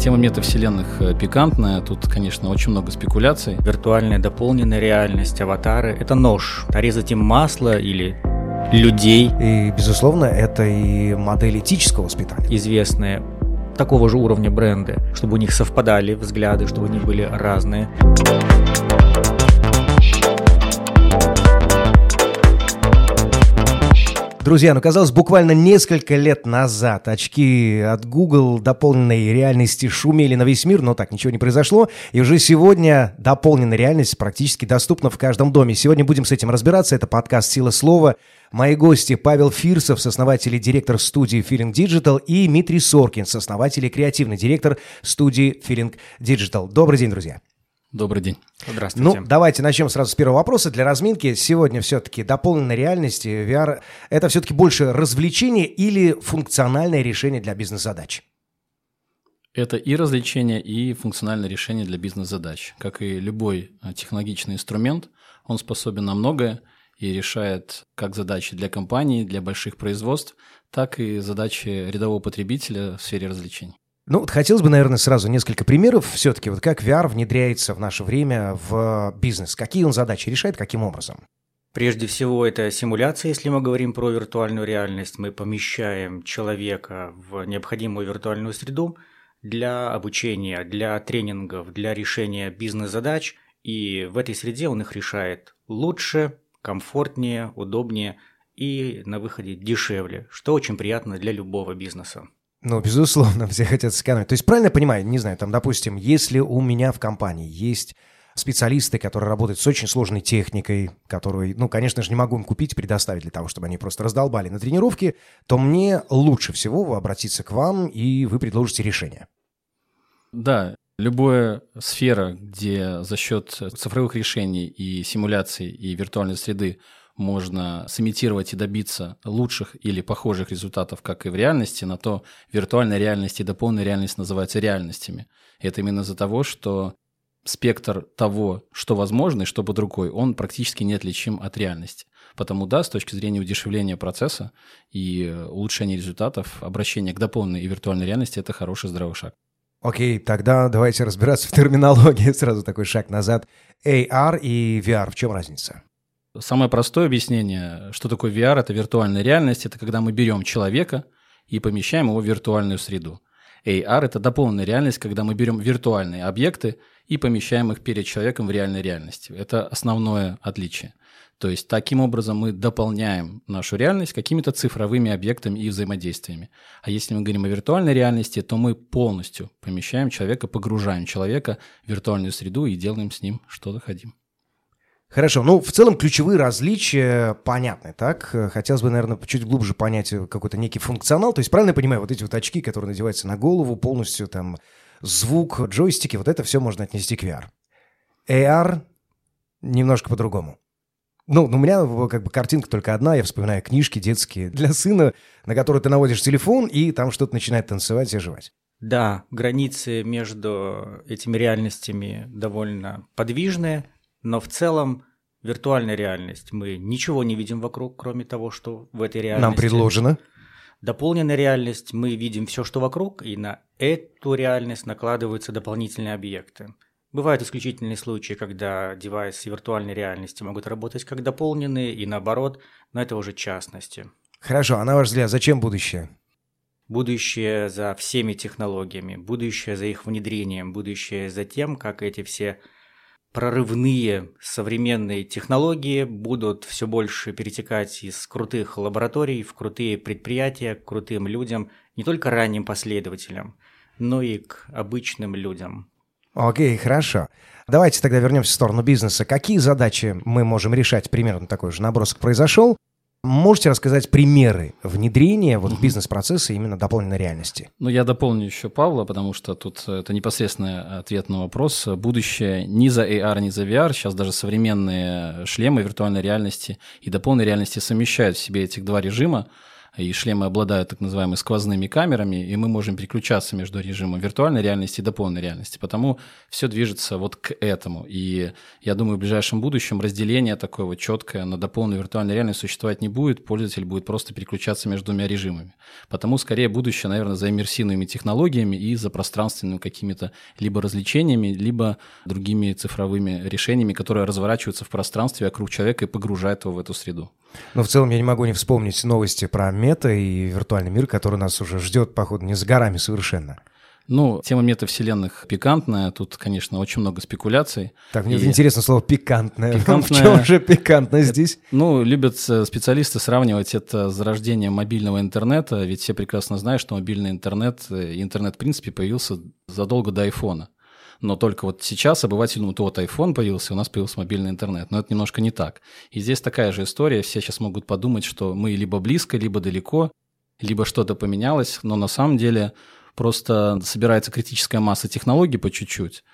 Тема метавселенных пикантная, тут, конечно, очень много спекуляций. Виртуальная дополненная реальность, аватары – это нож. Резать им масло или людей. И, безусловно, это и модель этического воспитания. Известные такого же уровня бренды, чтобы у них совпадали взгляды, чтобы они были разные. Друзья, казалось, буквально несколько лет назад очки от Google дополненной реальности шумели на весь мир, но так ничего не произошло. И уже сегодня дополненная реальность практически доступна в каждом доме. Сегодня будем с этим разбираться. Это подкаст «Сила слова». Мои гости Павел Фирсов, сооснователь и директор студии Feeling Digital, и Дмитрий Соркин, сооснователь и креативный директор студии Feeling Digital. Добрый день, друзья. Добрый день. Здравствуйте. Давайте начнем сразу с первого вопроса. Для разминки сегодня все-таки дополненная реальность, VR – это все-таки больше развлечение или функциональное решение для бизнес-задач? Это и развлечение, и функциональное решение для бизнес-задач. Как и любой технологичный инструмент, он способен на многое и решает как задачи для компаний, для больших производств, так и задачи рядового потребителя в сфере развлечений. Хотелось бы, наверное, сразу несколько примеров все-таки, как VR внедряется в наше время в бизнес. Какие он задачи решает, каким образом? Прежде всего, это симуляция, если мы говорим про виртуальную реальность. Мы помещаем человека в необходимую виртуальную среду для обучения, для тренингов, для решения бизнес-задач. И в этой среде он их решает лучше, комфортнее, удобнее и на выходе дешевле, что очень приятно для любого бизнеса. Безусловно, все хотят сэкономить. То есть, правильно я понимаю, не знаю, допустим, если у меня в компании есть специалисты, которые работают с очень сложной техникой, которую, конечно же, не могу им купить, предоставить для того, чтобы они просто раздолбали на тренировке, то мне лучше всего обратиться к вам, и вы предложите решение. Да, любая сфера, где за счет цифровых решений и симуляций и виртуальной среды можно сымитировать и добиться лучших или похожих результатов, как и в реальности, на то виртуальная реальность и дополненная реальность называются реальностями. Это именно из-за того, что спектр того, что возможно и что под рукой, он практически неотличим от реальности. Потому да, с точки зрения удешевления процесса и улучшения результатов, обращение к дополненной и виртуальной реальности – это хороший здравый шаг. Окей, тогда давайте разбираться в терминологии. Сразу такой шаг назад. AR и VR, в чем разница? Самое простое объяснение, что такое VR, это виртуальная реальность, это когда мы берем человека и помещаем его в виртуальную среду. AR – это дополненная реальность, когда мы берем виртуальные объекты и помещаем их перед человеком в реальной реальности. Это основное отличие. То есть таким образом мы дополняем нашу реальность какими-то цифровыми объектами и взаимодействиями. А если мы говорим о виртуальной реальности, то мы полностью помещаем человека, погружаем человека в виртуальную среду и делаем с ним что хотим. Хорошо, в целом ключевые различия понятны, так? Хотелось бы, наверное, чуть глубже понять какой-то некий функционал. То есть, правильно я понимаю, вот эти очки, которые надеваются на голову, полностью звук, джойстики, это все можно отнести к VR. AR немножко по-другому. У меня картинка только одна, я вспоминаю книжки детские для сына, на которые ты наводишь телефон, и там что-то начинает танцевать и оживать. Да, границы между этими реальностями довольно подвижные, но в целом виртуальная реальность. Мы ничего не видим вокруг, кроме того, что в этой реальности. Нам предложено. Дополненная реальность. Мы видим все, что вокруг, и на эту реальность накладываются дополнительные объекты. Бывают исключительные случаи, когда девайсы виртуальной реальности могут работать как дополненные и наоборот, но это уже частности. Хорошо, а на ваш взгляд, зачем будущее? Будущее за всеми технологиями, будущее за их внедрением, будущее за тем, как эти все прорывные современные технологии будут все больше перетекать из крутых лабораторий в крутые предприятия, к крутым людям, не только ранним последователям, но и к обычным людям. Окей, хорошо. Давайте тогда вернемся в сторону бизнеса. Какие задачи мы можем решать? Примерно такой же набросок произошел. Можете рассказать примеры внедрения в бизнес-процессы именно дополненной реальности? Я дополню еще Павла, потому что тут это непосредственный ответ на вопрос. Будущее ни за AR, ни за VR. Сейчас даже современные шлемы виртуальной реальности и дополненной реальности совмещают в себе этих два режима. и шлемы обладают так называемыми сквозными камерами, и мы можем переключаться между режимом виртуальной реальности и дополненной реальности. Потому все движется вот к этому. И я думаю, в ближайшем будущем разделение такое вот четкое на дополненную виртуальную реальность существовать не будет. Пользователь будет просто переключаться между двумя режимами. Потому скорее будущее, наверное, за иммерсивными технологиями и за пространственными какими-то либо развлечениями, либо другими цифровыми решениями, которые разворачиваются в пространстве вокруг человека и погружают его в эту среду. Но в целом я не могу не вспомнить новости про мета и виртуальный мир, который нас уже ждет, походу, не за горами совершенно. Ну, тема метавселенных пикантная, тут, конечно, очень много спекуляций. Так, мне интересно слово «пикантное». Пикантное... В чем же пикантное здесь? Ну, любят специалисты сравнивать это с зарождением мобильного интернета, ведь все прекрасно знают, что мобильный интернет, в принципе, появился задолго до айфона. Но только вот сейчас обыватель, вот iPhone появился, у нас появился мобильный интернет. Но это немножко не так. И здесь такая же история. Все сейчас могут подумать, что мы либо близко, либо далеко, либо что-то поменялось. Но на самом деле просто собирается критическая масса технологий по чуть-чуть,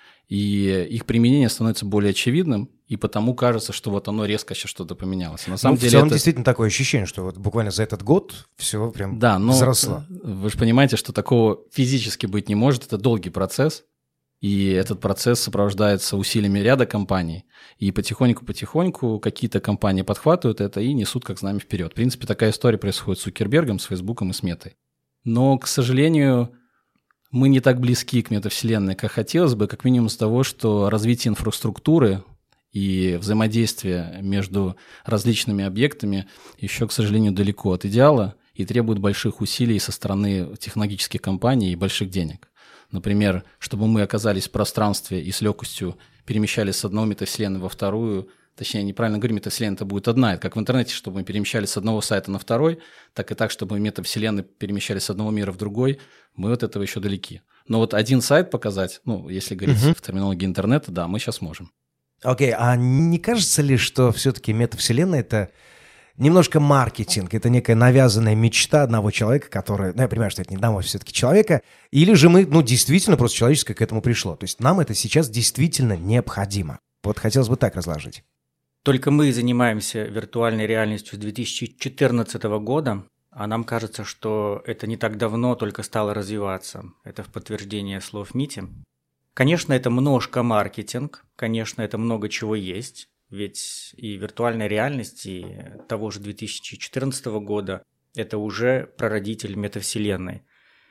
и их применение становится более очевидным, и потому кажется, что вот оно резко сейчас что-то поменялось. На самом деле в целом действительно такое ощущение, что вот буквально за этот год все прям взросло. Вы же понимаете, что такого физически быть не может. Это долгий процесс. И этот процесс сопровождается усилиями ряда компаний. И потихоньку какие-то компании подхватывают это и несут как знамя вперед. В принципе, такая история происходит с Цукербергом, с Фейсбуком и с Метой. Но, к сожалению, мы не так близки к метавселенной, как хотелось бы, как минимум с того, что развитие инфраструктуры и взаимодействие между различными объектами еще, к сожалению, далеко от идеала и требует больших усилий со стороны технологических компаний и больших денег. Например, чтобы мы оказались в пространстве и с легкостью перемещались с одной метавселенной во вторую, точнее, неправильно говорю, метавселенная это будет одна, это как в интернете, чтобы мы перемещались с одного сайта на второй, так и так, чтобы мы метавселенной перемещались с одного мира в другой, мы от этого еще далеки. Но вот один сайт показать, ну, если говорить в терминологии интернета, да, мы сейчас можем. Окей, а не кажется ли, что все-таки метавселенная – это немножко маркетинг, это некая навязанная мечта одного человека, который, ну, я понимаю, что это не одного все-таки человека, или же мы, ну, действительно просто человеческое к этому пришло. То есть нам это сейчас действительно необходимо. Вот хотелось бы так разложить. Только мы занимаемся виртуальной реальностью с 2014 года, а нам кажется, что это не так давно только стало развиваться. Это в подтверждение слов Мити. Конечно, это множко маркетинг, конечно, это много чего есть. Ведь и виртуальная реальность, и того же 2014 года – это уже прародитель метавселенной.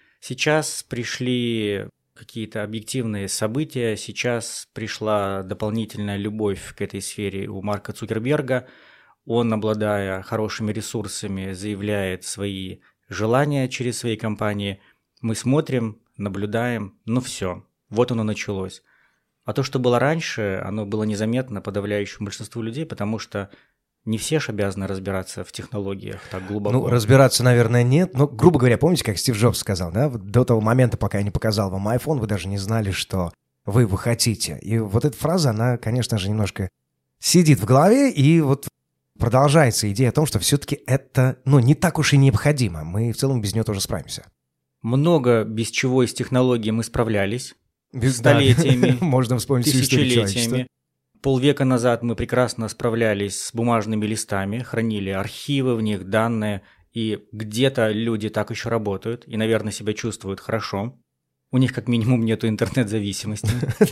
Сейчас пришли какие-то объективные события, сейчас пришла дополнительная любовь к этой сфере у Марка Цукерберга. Он, обладая хорошими ресурсами, заявляет свои желания через свои компании. Мы смотрим, наблюдаем, ну все, вот оно началось. А то, что было раньше, оно было незаметно подавляющему большинству людей, потому что не все ж обязаны разбираться в технологиях так глубоко. Ну, разбираться, наверное, нет. Но, грубо говоря, помните, как Стив Джобс сказал, да? До того момента, пока я не показал вам iPhone, вы даже не знали, что вы хотите. И вот эта фраза, она, конечно же, немножко сидит в голове, и вот продолжается идея о том, что все-таки это, ну, не так уж и необходимо. Мы в целом без нее тоже справимся. Много без чего из технологий мы справлялись. Столетиями, можно вспомнить тысячелетиями. Полвека назад мы прекрасно справлялись с бумажными листами, хранили архивы в них, данные, и где-то люди так еще работают и, наверное, себя чувствуют хорошо. У них как минимум нету интернет-зависимости.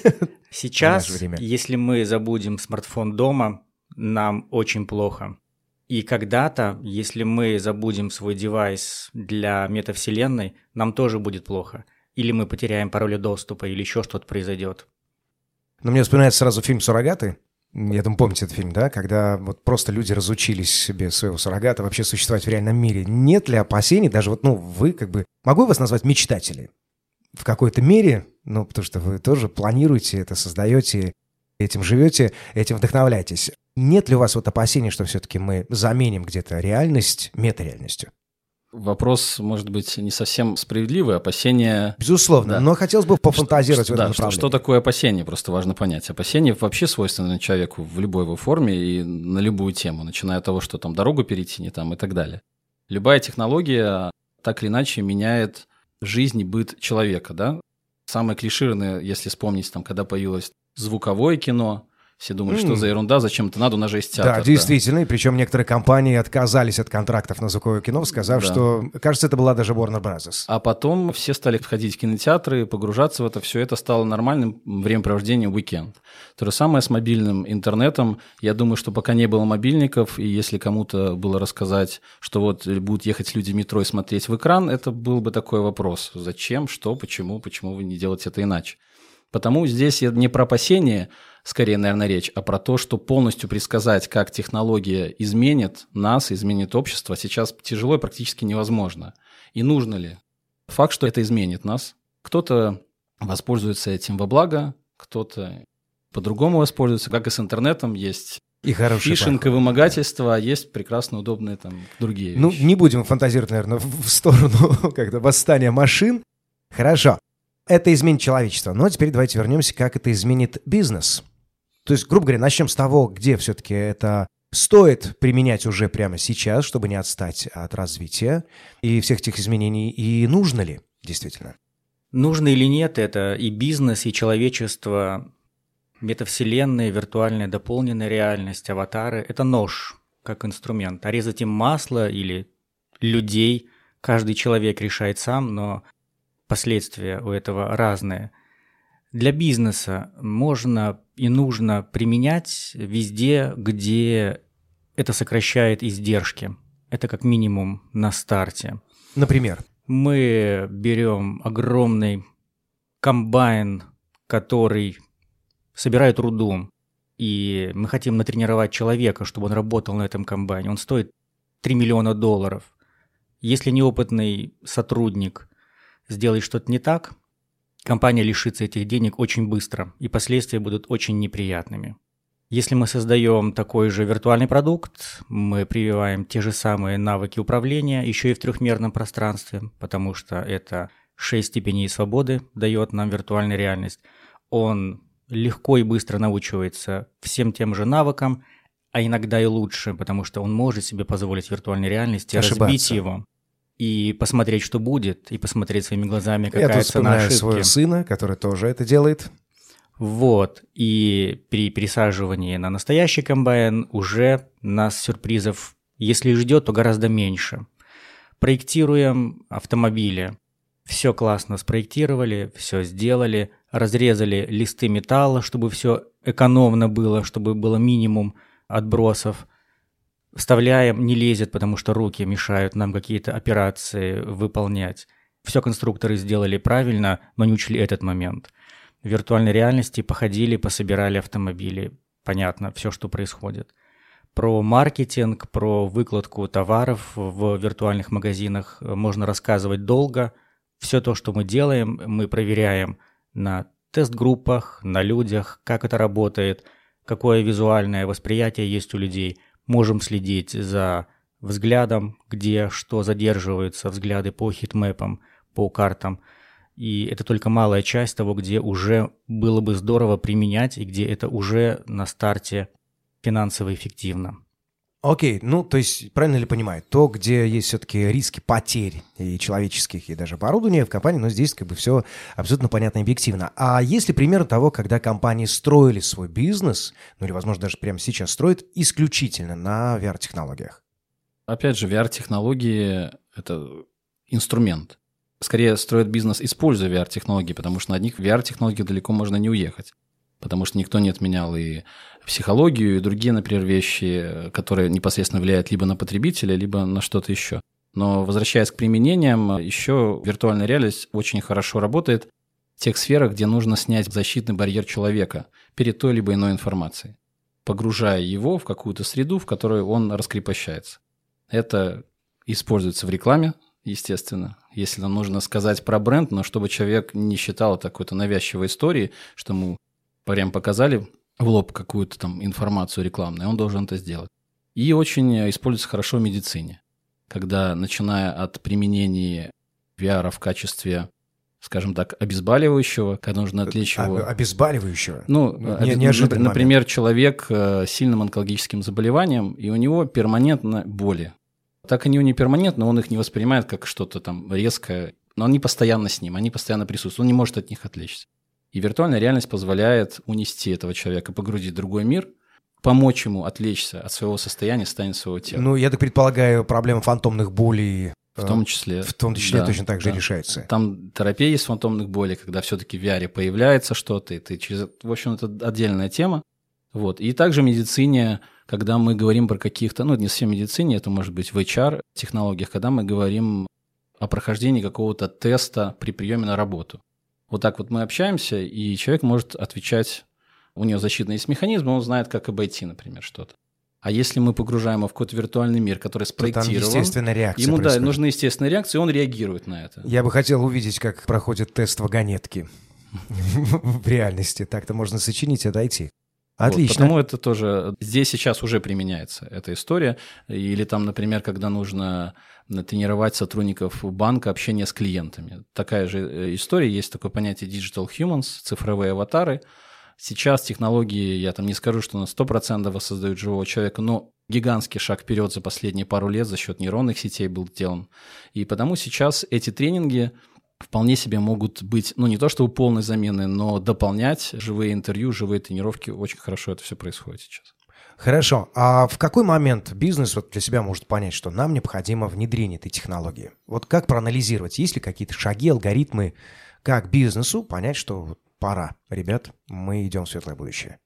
Сейчас, если мы забудем смартфон дома, нам очень плохо. И когда-то, если мы забудем свой девайс для метавселенной, нам тоже будет плохо. Или мы потеряем пароли доступа, или еще что-то произойдет. Но мне вспоминается сразу фильм «Суррогаты». Я думаю, помните этот фильм, да? Когда вот просто люди разучились себе своего суррогата вообще существовать в реальном мире. Нет ли опасений, даже вот, ну, вы как бы... Могу я вас назвать мечтатели? В какой-то мере, ну, потому что вы тоже планируете это, создаете, этим живете, этим вдохновляетесь. Нет ли у вас вот опасений, что все-таки мы заменим где-то реальность метареальностью? Вопрос, может быть, не совсем справедливый. Опасения... Безусловно, да. Но хотелось бы пофантазировать в этом направлении. Что такое опасение, просто важно понять. Опасения вообще свойственны человеку в любой его форме и на любую тему, начиная от того, что там дорогу перейти не там и так далее. Любая технология так или иначе меняет жизнь и быт человека, да? Самое клишированное, если вспомнить, там, когда появилось звуковое кино, Все думали, что за ерунда, зачем это надо, у нас же есть театр. Да, действительно, и причем некоторые компании отказались от контрактов на звуковое кино, сказав, что, кажется, это была даже Warner Bros. А потом все стали входить в кинотеатры, погружаться в это, все это стало нормальным времяпровождением уикенд. То же самое с мобильным интернетом. Я думаю, что пока не было мобильников, и если кому-то было рассказать, что вот будут ехать люди в метро и смотреть в экран, это был бы такой вопрос. Зачем, что, почему вы не делаете это иначе? Потому здесь не про опасения, скорее, наверное, речь, а про то, что полностью предсказать, как технология изменит нас, изменит общество, сейчас тяжело и практически невозможно. И нужно ли? Факт, что это изменит нас. Кто-то воспользуется этим во благо, кто-то по-другому воспользуется, как и с интернетом, есть и фишинг и вымогательство, а есть прекрасно удобные там другие вещи. Ну, не будем фантазировать, наверное, в сторону как-то восстания машин. Хорошо. Это изменит человечество. Но теперь давайте вернемся, как это изменит бизнес. То есть, грубо говоря, начнем с того, где все-таки это стоит применять уже прямо сейчас, чтобы не отстать от развития и всех этих изменений. И нужно ли действительно? Нужно или нет, это и бизнес, и человечество, метавселенная, виртуальная дополненная реальность, аватары – это нож, как инструмент. А резать им масло или людей каждый человек решает сам, но последствия у этого разные. Для бизнеса можно и нужно применять везде, где это сокращает издержки. Это как минимум на старте. Например? Мы берем огромный комбайн, который собирает руду, и мы хотим натренировать человека, чтобы он работал на этом комбайне. Он стоит $3 миллиона. Если неопытный сотрудник сделает что-то не так, компания лишится этих денег очень быстро, и последствия будут очень неприятными. Если мы создаем такой же виртуальный продукт, мы прививаем те же самые навыки управления, еще и в трехмерном пространстве, потому что это 6 степеней свободы дает нам виртуальная реальность. Он легко и быстро научивается всем тем же навыкам, а иногда и лучше, потому что он может себе позволить в виртуальной реальности разбить его и посмотреть, что будет, и посмотреть своими глазами, какая цена ошибки. Я тут вспоминаю своего сына, который тоже это делает. Вот, и при пересаживании на настоящий комбайн уже нас сюрпризов, если и ждет, то гораздо меньше. Проектируем автомобили. Все классно спроектировали, все сделали, разрезали листы металла, чтобы все экономно было, чтобы было минимум отбросов. Вставляем, не лезет, потому что руки мешают нам какие-то операции выполнять. Все конструкторы сделали правильно, но не учли этот момент. В виртуальной реальности походили, пособирали автомобили. Понятно, все, что происходит. Про маркетинг, про выкладку товаров в виртуальных магазинах можно рассказывать долго. Все то, что мы делаем, мы проверяем на тест-группах, на людях, как это работает, какое визуальное восприятие есть у людей. Можем следить за взглядом, где что задерживаются, взгляды по хитмэпам, по картам. И это только малая часть того, где уже было бы здорово применять и где это уже на старте финансово эффективно. Окей, ну, то есть, правильно ли понимаю, то, где есть все-таки риски потерь и человеческих, и даже оборудования в компании, но здесь как бы все абсолютно понятно и объективно. А есть ли пример того, когда компании строили свой бизнес, ну или, возможно, даже прямо сейчас строят исключительно на VR-технологиях? Опять же, VR-технологии – это инструмент. Скорее строят бизнес, используя VR-технологии, потому что на одних VR-технологиях далеко можно не уехать. Потому что никто не отменял и психологию, и другие, например, вещи, которые непосредственно влияют либо на потребителя, либо на что-то еще. Но возвращаясь к применениям, еще виртуальная реальность очень хорошо работает в тех сферах, где нужно снять защитный барьер человека перед той либо иной информацией, погружая его в какую-то среду, в которой он раскрепощается. Это используется в рекламе, естественно, если нам нужно сказать про бренд, но чтобы человек не считал это какой-то навязчивой историей, что ему прям показали в лоб какую-то там информацию рекламную, он должен это сделать. И очень используется хорошо в медицине, когда, начиная от применения VR в качестве, скажем так, обезболивающего, когда нужно отличить его... Обезболивающего? Ну, например, человек с сильным онкологическим заболеванием, и у него перманентно боли. Так они у него не перманентно, он их не воспринимает как что-то там резкое, но они постоянно с ним, они постоянно присутствуют, он не может от них отвлечься. И виртуальная реальность позволяет унести этого человека, погрузить в другой мир, помочь ему отвлечься от своего состояния, состояния своего тела. Ну, я так предполагаю, проблема фантомных болей В том числе. да, точно так же решается. Там терапия есть фантомных болей, когда все-таки в VR появляется что-то, и ты через... В общем, это отдельная тема. Вот. И также в медицине, когда мы говорим про каких-то, ну, не совсем в медицине, это может быть в HR-технологиях, когда мы говорим о прохождении какого-то теста при приеме на работу. Вот так вот мы общаемся, и человек может отвечать, у него защитный есть механизм, он знает, как обойти, например, что-то. А если мы погружаем его в какой-то виртуальный мир, который спроектирован, там естественная реакция ему происходит. нужны естественные реакции, он реагирует на это. Я бы хотел увидеть, как проходит тест вагонетки в реальности. Так-то можно сочинить и дойти. Отлично. Вот, потому это тоже здесь сейчас уже применяется эта история. Или там, например, когда нужно тренировать сотрудников банка общение с клиентами. Такая же история. Есть такое понятие digital humans, цифровые аватары. Сейчас технологии, я там не скажу, что на 100% воссоздают живого человека, но гигантский шаг вперед за последние пару лет за счет нейронных сетей был сделан. И потому сейчас эти тренинги вполне себе могут быть, ну, не то чтобы полной заменой, но дополнять живые интервью, живые тренировки. Очень хорошо это все происходит сейчас. Хорошо. А в какой момент бизнес вот для себя может понять, что нам необходимо внедрение этой технологии? Вот как проанализировать? Есть ли какие-то шаги, алгоритмы, как бизнесу понять, что пора, ребят, мы идем в светлое будущее?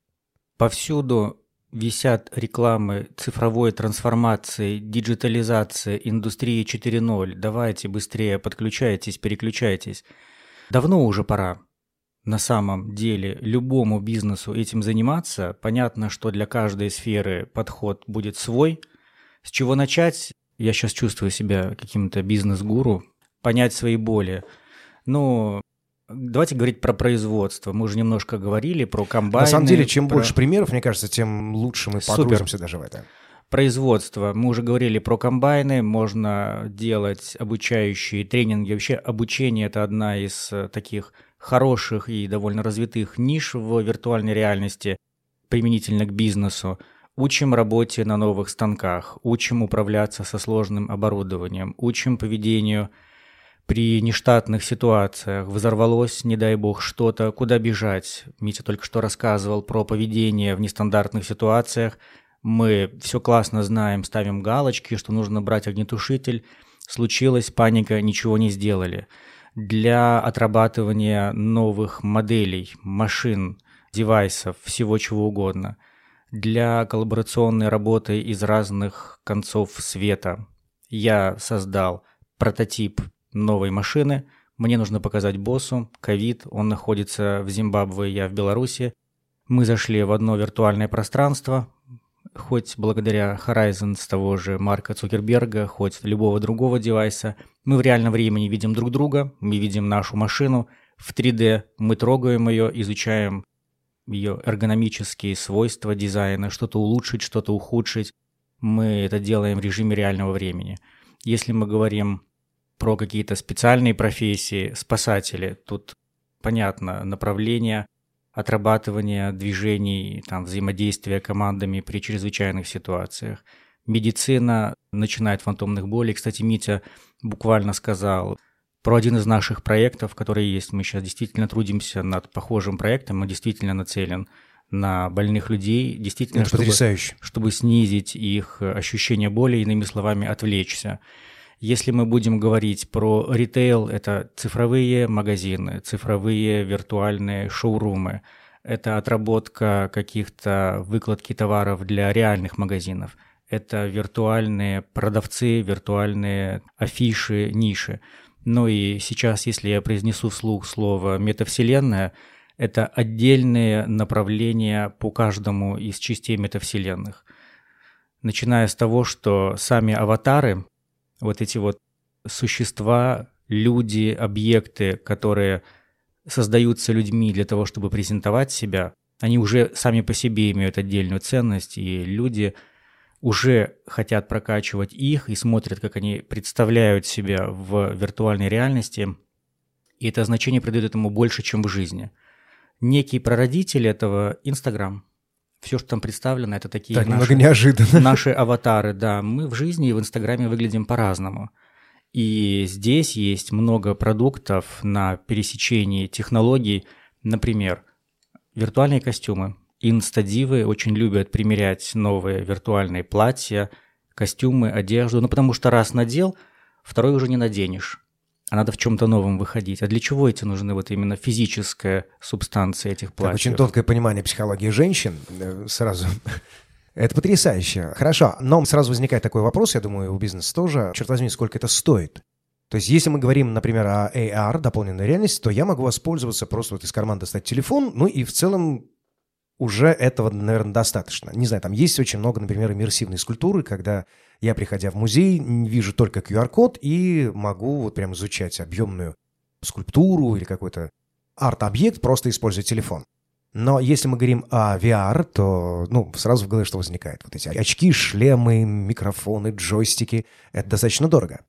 Повсюду висят рекламы цифровой трансформации, диджитализации, индустрии 4.0. Давайте быстрее подключайтесь, переключайтесь. Давно уже пора. На самом деле любому бизнесу этим заниматься. Понятно, что для каждой сферы подход будет свой. С чего начать? Я сейчас чувствую себя каким-то бизнес-гуру. Понять свои боли. Ну, давайте говорить про производство. Мы уже немножко говорили про комбайны. На самом деле, чем больше примеров, мне кажется, тем лучше мы погрузимся даже в это. Производство. Мы уже говорили про комбайны. Можно делать обучающие тренинги. Вообще обучение – это одна из таких хороших и довольно развитых ниш в виртуальной реальности применительно к бизнесу. Учим работе на новых станках, учим управляться со сложным оборудованием, учим поведению при нештатных ситуациях. Взорвалось, не дай бог, что-то, куда бежать. Митя только что рассказывал про поведение в нестандартных ситуациях. Мы все классно знаем, ставим галочки, что нужно брать огнетушитель. Случилась паника, ничего не сделали. Для отрабатывания новых моделей, машин, девайсов, всего чего угодно. Для коллаборационной работы из разных концов света. Я создал прототип новой машины. Мне нужно показать боссу. ковид, он находится в Зимбабве, я в Беларуси. Мы зашли в одно виртуальное пространство. Хоть благодаря Horizon с того же Марка Цукерберга, хоть любого другого девайса, мы в реальном времени видим друг друга, мы видим нашу машину в 3D, мы трогаем ее, изучаем ее эргономические свойства дизайна, что-то улучшить, что-то ухудшить. Мы это делаем в режиме реального времени. Если мы говорим про какие-то специальные профессии, спасатели, тут понятно направление, отрабатывание движений, там, взаимодействия командами при чрезвычайных ситуациях. Медицина начинает фантомных болей. Кстати, Митя буквально сказал про один из наших проектов, который есть. Мы сейчас действительно трудимся над похожим проектом. Он действительно нацелен на больных людей, действительно, чтобы снизить их ощущение боли, иными словами, отвлечься. Если мы будем говорить про ритейл, это цифровые магазины, цифровые виртуальные шоурумы, это отработка каких-то выкладки товаров для реальных магазинов, это виртуальные продавцы, виртуальные афиши, ниши. Ну и сейчас, если я произнесу вслух слово «метавселенная», это отдельные направления по каждому из частей метавселенных. Начиная с того, что сами аватары, вот эти вот существа, люди, объекты, которые создаются людьми для того, чтобы презентовать себя, они уже сами по себе имеют отдельную ценность, и люди уже хотят прокачивать их и смотрят, как они представляют себя в виртуальной реальности, и это значение придает этому больше, чем в жизни. Некий прародитель этого – Инстаграм. Все, что там представлено, это такие наши аватары. Да, мы в жизни и в Инстаграме выглядим по-разному. И здесь есть много продуктов на пересечении технологий, Например, виртуальные костюмы. Инстадивы очень любят примерять новые виртуальные платья, костюмы, одежду, потому что раз надел, второй уже не наденешь. А надо в чем-то новом выходить. А для чего эти нужны вот именно физическая субстанция этих платьев? Так, очень тонкое понимание психологии женщин сразу. Это потрясающе. Хорошо, но сразу возникает такой вопрос, я думаю, у бизнеса тоже. Черт возьми, сколько это стоит? То есть, если мы говорим, например, о AR, дополненной реальности, то я могу воспользоваться, просто вот из кармана достать телефон, ну и в целом уже этого, наверное, достаточно. Не знаю, там есть очень много, например, иммерсивной скульптуры, когда я, приходя в музей, вижу только QR-код и могу вот прям изучать объемную скульптуру или какой-то арт-объект, просто используя телефон. Но если мы говорим о VR, то сразу в голове что возникает? Вот эти очки, шлемы, микрофоны, джойстики. Это достаточно дорого.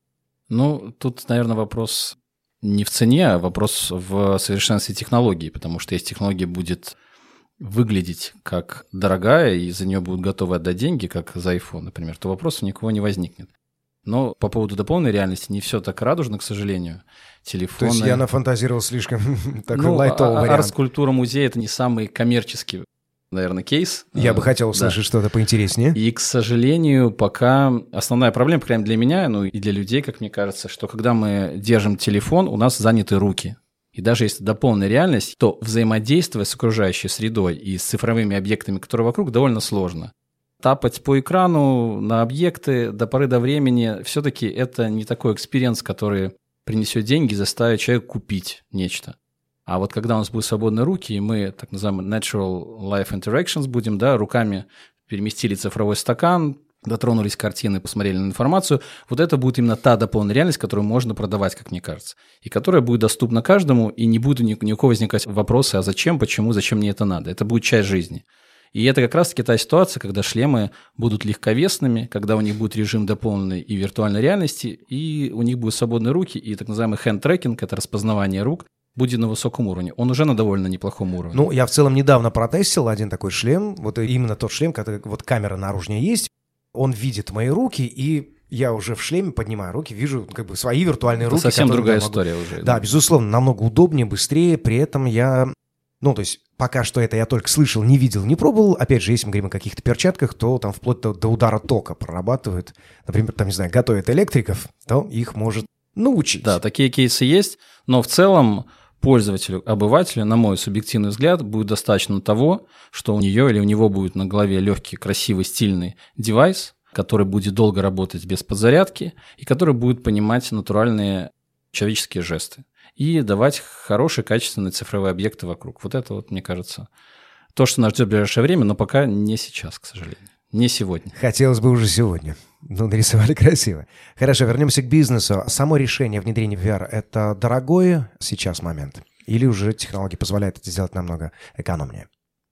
Тут, наверное, вопрос не в цене, а вопрос в совершенстве технологии, потому что если технология будет выглядеть как дорогая, и за нее будут готовы отдать деньги, как за iPhone, например, то вопросов никого не возникнет. Но по поводу дополненной реальности не все так радужно, к сожалению. Телефоны... То есть я нафантазировал слишком такой лайтовый вариант. Арт-скульптура музея – это не самый коммерческий, наверное, кейс. Я бы хотел услышать что-то поинтереснее. И, к сожалению, пока основная проблема, по крайней мере, для меня, и для людей, как мне кажется, что когда мы держим телефон, у нас заняты руки. И даже если дополненная реальность, то взаимодействие с окружающей средой и с цифровыми объектами, которые вокруг, довольно сложно. Тапать по экрану на объекты до поры до времени, все-таки это не такой экспириенс, который принесет деньги и заставит человека купить нечто. А вот когда у нас будут свободные руки, и мы, так называемый natural life interactions будем, руками переместили цифровой стакан, дотронулись картины, посмотрели на информацию, вот это будет именно та дополненная реальность, которую можно продавать, как мне кажется, и которая будет доступна каждому, и не будет ни у кого возникать вопросы, а зачем, почему, зачем мне это надо. Это будет часть жизни. И это как раз-таки та ситуация, когда шлемы будут легковесными, когда у них будет режим дополненной и виртуальной реальности, и у них будут свободные руки, и так называемый hand-tracking, это распознавание рук, будет на высоком уровне. Он уже на довольно неплохом уровне. Я в целом недавно протестил один такой шлем, вот именно тот шлем, который вот камера наружная есть, он видит мои руки, и я уже в шлеме поднимаю руки, вижу свои виртуальные руки. Это совсем другая история уже. Да, безусловно, намного удобнее, быстрее, при этом я... то есть пока что это я только слышал, не видел, не пробовал. Опять же, если мы говорим о каких-то перчатках, то там вплоть до удара тока прорабатывают. Например, там, не знаю, готовят электриков, то их может научить. Да, такие кейсы есть, но в целом пользователю, обывателю, на мой субъективный взгляд, будет достаточно того, что у нее или у него будет на голове легкий, красивый, стильный девайс, который будет долго работать без подзарядки и который будет понимать натуральные человеческие жесты и давать хорошие, качественные цифровые объекты вокруг. Вот это, мне кажется, то, что нас ждет в ближайшее время, но пока не сейчас, к сожалению. Не сегодня. Хотелось бы уже сегодня. Нарисовали красиво. Хорошо, вернемся к бизнесу. Само решение внедрения в VR – это дорогой сейчас момент? Или уже технологии позволяют это сделать намного экономнее?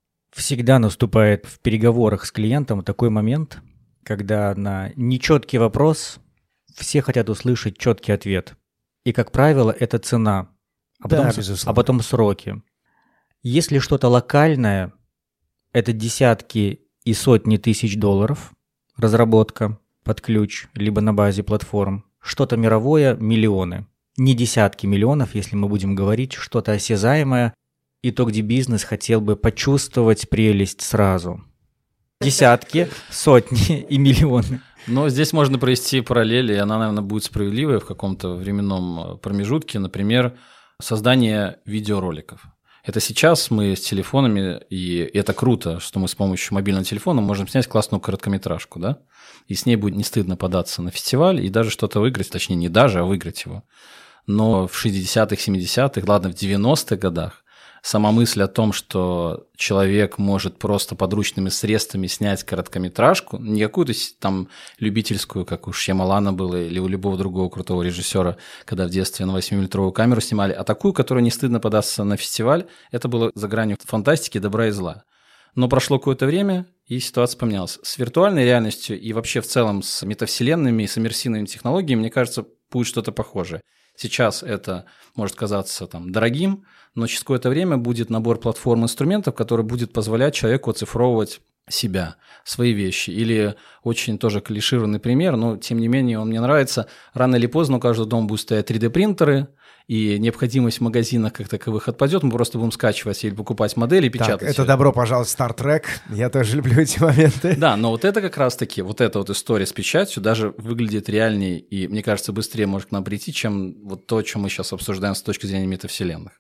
Всегда наступает в переговорах с клиентом такой момент, когда на нечеткий вопрос все хотят услышать четкий ответ. И, как правило, это цена, а потом сроки. Если что-то локальное, это десятки и сотни тысяч долларов разработка под ключ, либо на базе платформ. Что-то мировое – миллионы. Не десятки миллионов, если мы будем говорить, что-то осязаемое, и то, где бизнес хотел бы почувствовать прелесть сразу. Десятки, сотни и миллионы. Но здесь можно провести параллели, и она, наверное, будет справедливой в каком-то временном промежутке. Например, создание видеороликов. Это сейчас мы с телефонами, и это круто, что мы с помощью мобильного телефона можем снять классную короткометражку, да? И с ней будет не стыдно податься на фестиваль и даже что-то выиграть, точнее, не даже, а выиграть его. Но в 60-х, 70-х, ладно, в 90-х годах сама мысль о том, что человек может просто подручными средствами снять короткометражку, не какую-то там любительскую, как у Шьямалана было, или у любого другого крутого режиссера, когда в детстве на 8-миллиметровую камеру снимали, а такую, которую не стыдно податься на фестиваль, это было за гранью фантастики, добра и зла. Но прошло какое-то время, и ситуация поменялась. С виртуальной реальностью и вообще в целом с метавселенными и с иммерсивными технологиями, мне кажется, будет что-то похожее. Сейчас это может казаться дорогим, но через какое-то время будет набор платформ инструментов, который будет позволять человеку оцифровывать себя, свои вещи. Или очень тоже клишированный пример, но тем не менее он мне нравится. Рано или поздно у каждого дома будут стоять 3D-принтеры, и необходимость в магазинах как таковых отпадет, мы просто будем скачивать или покупать модели и печатать. Так, это добро пожаловать в Star Trek, я тоже люблю эти моменты. Да, но вот это как раз-таки, вот эта вот история с печатью даже выглядит реальнее и, мне кажется, быстрее может к нам прийти, чем вот то, о чем мы сейчас обсуждаем с точки зрения метавселенных.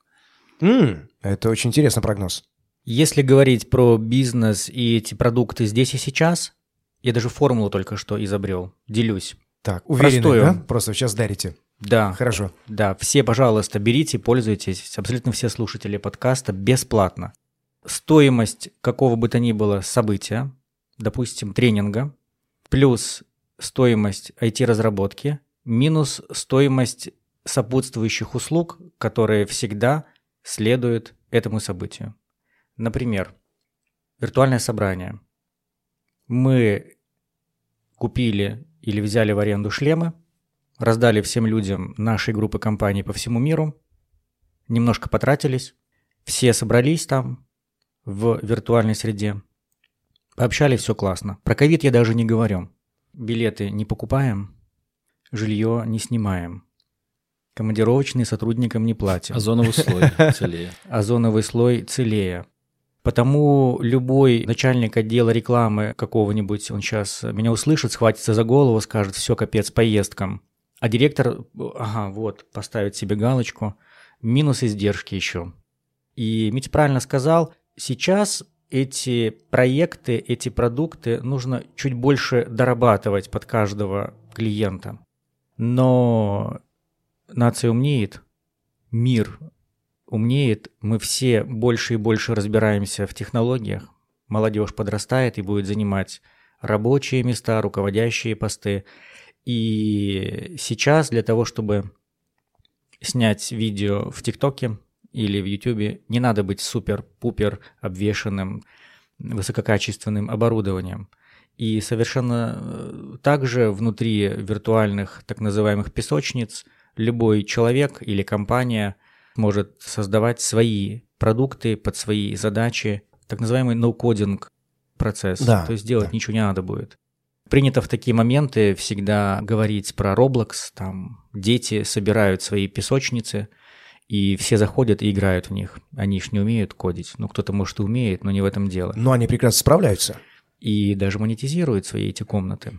Это очень интересный прогноз. Если говорить про бизнес и эти продукты здесь и сейчас, я даже формулу только что изобрел, делюсь. Так, уверенный, Простую. да? Просто сейчас дарите. Да. Хорошо. Да, все, пожалуйста, берите, пользуйтесь, абсолютно все слушатели подкаста бесплатно. Стоимость какого бы то ни было события, допустим, тренинга, плюс стоимость IT-разработки, минус стоимость сопутствующих услуг, которые всегда следуют этому событию. Например, виртуальное собрание. Мы купили или взяли в аренду шлемы, раздали всем людям нашей группы компаний по всему миру, немножко потратились, все собрались там в виртуальной среде, пообщались, все классно. Про ковид я даже не говорю. Билеты не покупаем, жилье не снимаем, командировочные сотрудникам не платим. Озоновый слой целее. Озоновый слой целее. Потому любой начальник отдела рекламы какого-нибудь, он сейчас меня услышит, схватится за голову, скажет: все, капец, поездкам. А директор, поставит себе галочку, минус издержки еще. И Митя правильно сказал, сейчас эти проекты, эти продукты нужно чуть больше дорабатывать под каждого клиента. Но нация умнеет, мир умнеет, мы все больше и больше разбираемся в технологиях. Молодежь подрастает и будет занимать рабочие места, руководящие посты. И сейчас для того, чтобы снять видео в ТикТоке или в Ютубе, не надо быть супер-пупер обвешанным высококачественным оборудованием. И совершенно также внутри виртуальных так называемых песочниц любой человек или компания может создавать свои продукты под свои задачи, так называемый ноу-кодинг процесс. Да, то есть делать ничего не надо будет. Принято в такие моменты всегда говорить про Roblox, там дети собирают свои песочницы, и все заходят и играют в них. Они ж не умеют кодить. Ну, кто-то, может, и умеет, но не в этом дело. Но они прекрасно справляются. И даже монетизируют свои эти комнаты.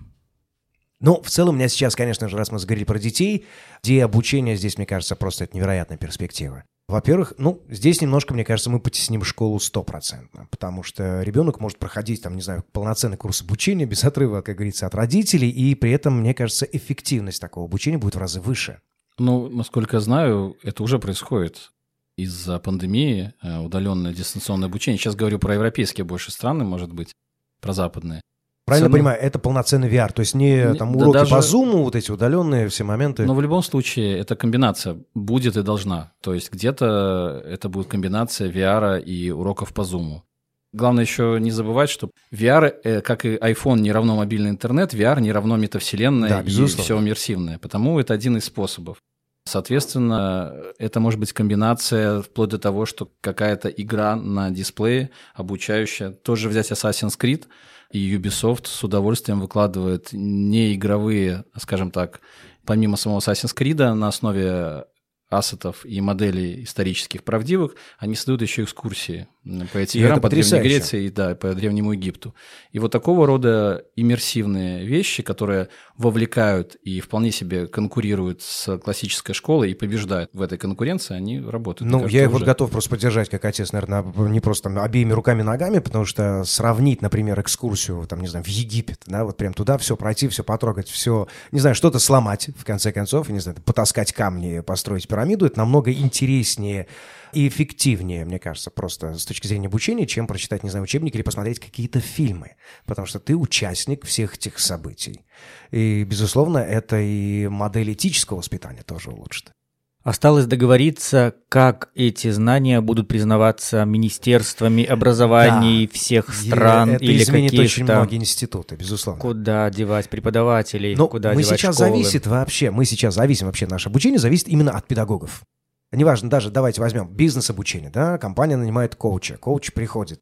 Ну, в целом, у меня сейчас, конечно же, раз мы заговорили про детей, где обучение здесь, мне кажется, просто это невероятная перспектива. Во-первых, здесь немножко, мне кажется, мы потесним школу 100%, потому что ребенок может проходить, полноценный курс обучения без отрыва, как говорится, от родителей, и при этом, мне кажется, эффективность такого обучения будет в разы выше. Насколько я знаю, это уже происходит. Из-за пандемии удаленное дистанционное обучение. Сейчас говорю про европейские больше страны, может быть, про западные. Правильно понимаю, это полноценный VR, то есть не уроки даже по Zoom, вот эти удаленные все моменты. Но в любом случае эта комбинация будет и должна. То есть где-то это будет комбинация VR и уроков по Zoom. Главное еще не забывать, что VR, как и iPhone, не равно мобильный интернет, VR не равно метавселенная и все иммерсивное. Потому это один из способов. Соответственно, это может быть комбинация вплоть до того, что какая-то игра на дисплее обучающая. Тоже взять Assassin's Creed, и Ubisoft с удовольствием выкладывает неигровые, скажем так, помимо самого Assassin's Creed, на основе ассетов и моделей исторических правдивых, они создают еще экскурсии по этим играм, по Древней Греции и по Древнему Египту. И вот такого рода иммерсивные вещи, которые вовлекают и вполне себе конкурируют с классической школой и побеждают в этой конкуренции, они работают. Я их готов просто поддержать, как отец, наверное, не просто обеими руками и ногами, потому что сравнить, например, экскурсию, в Египет, вот прям туда все пройти, все потрогать, все, что-то сломать, в конце концов, потаскать камни, построить пирамиду, это намного интереснее и эффективнее, мне кажется, просто с точки зрения обучения, чем прочитать, учебник или посмотреть какие-то фильмы, потому что ты участник всех этих событий. И, безусловно, это и модель этического воспитания тоже улучшит. Осталось договориться, как эти знания будут признаваться министерствами образований всех стран это или изменит каких-то... очень многие институты, безусловно. Куда девать преподавателей, куда мы девать сейчас школы. Мы сейчас зависим вообще, наше обучение зависит именно от педагогов. Неважно, даже давайте возьмем бизнес-обучение, компания нанимает коуча, коуч приходит.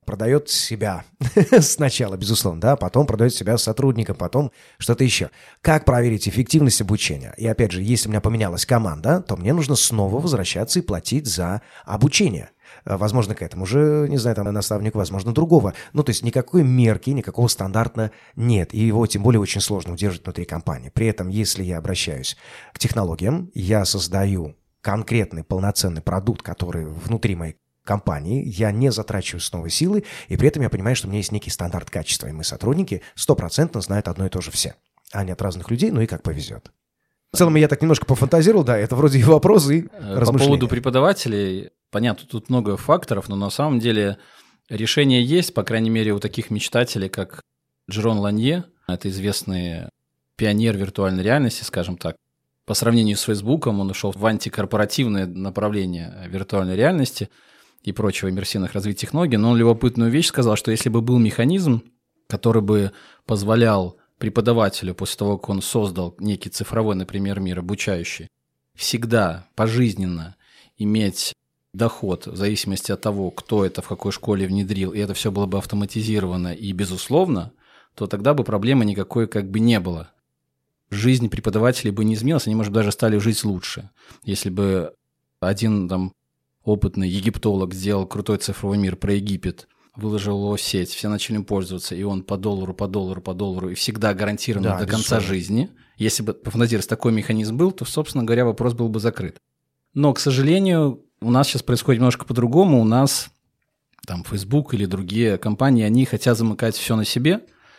продает себя сначала, безусловно, да, потом продает себя сотрудникам, потом что-то еще. Как проверить эффективность обучения? И опять же, если у меня поменялась команда, то мне нужно снова возвращаться и платить за обучение. Возможно, к этому же, не знаю, там, наставнику, возможно, другого. Ну, то есть никакой мерки, никакого стандарта нет. И его, тем более, очень сложно удерживать внутри компании. При этом, если я обращаюсь к технологиям, я создаю конкретный полноценный продукт, который внутри моей компании, я не затрачиваю снова силы, и при этом я понимаю, что у меня есть некий стандарт качества, и мы, сотрудники, 100% знают одно и то же все. А не от разных людей, ну и как повезет. В целом, я так немножко пофантазировал, да, это вроде и вопросы, и размышления. По поводу преподавателей, понятно, тут много факторов, но на самом деле решение есть, по крайней мере, у таких мечтателей, как Джерон Ланье, это известный пионер виртуальной реальности, скажем так. По сравнению с Фейсбуком, он ушел в антикорпоративное направление виртуальной реальности и прочего иммерсивных развитий технологий, но он любопытную вещь сказал, что если бы был механизм, который бы позволял преподавателю, после того, как он создал некий цифровой, например, мир обучающий, всегда пожизненно иметь доход в зависимости от того, кто это в какой школе внедрил, и это все было бы автоматизировано и безусловно, то тогда бы проблемы никакой как бы не было. Жизнь преподавателей бы не изменилась, они, может, даже стали жить лучше. Если бы один там опытный египтолог сделал крутой цифровой мир про Египет, выложил его в сеть, все начали им пользоваться, и он по доллару, и всегда гарантированно до конца жизни. Если бы, пофантазировать, такой механизм был, то, собственно говоря, вопрос был бы закрыт. Но, к сожалению, у нас сейчас происходит немножко по-другому. У нас там Facebook или другие компании, они хотят замыкать все на себе,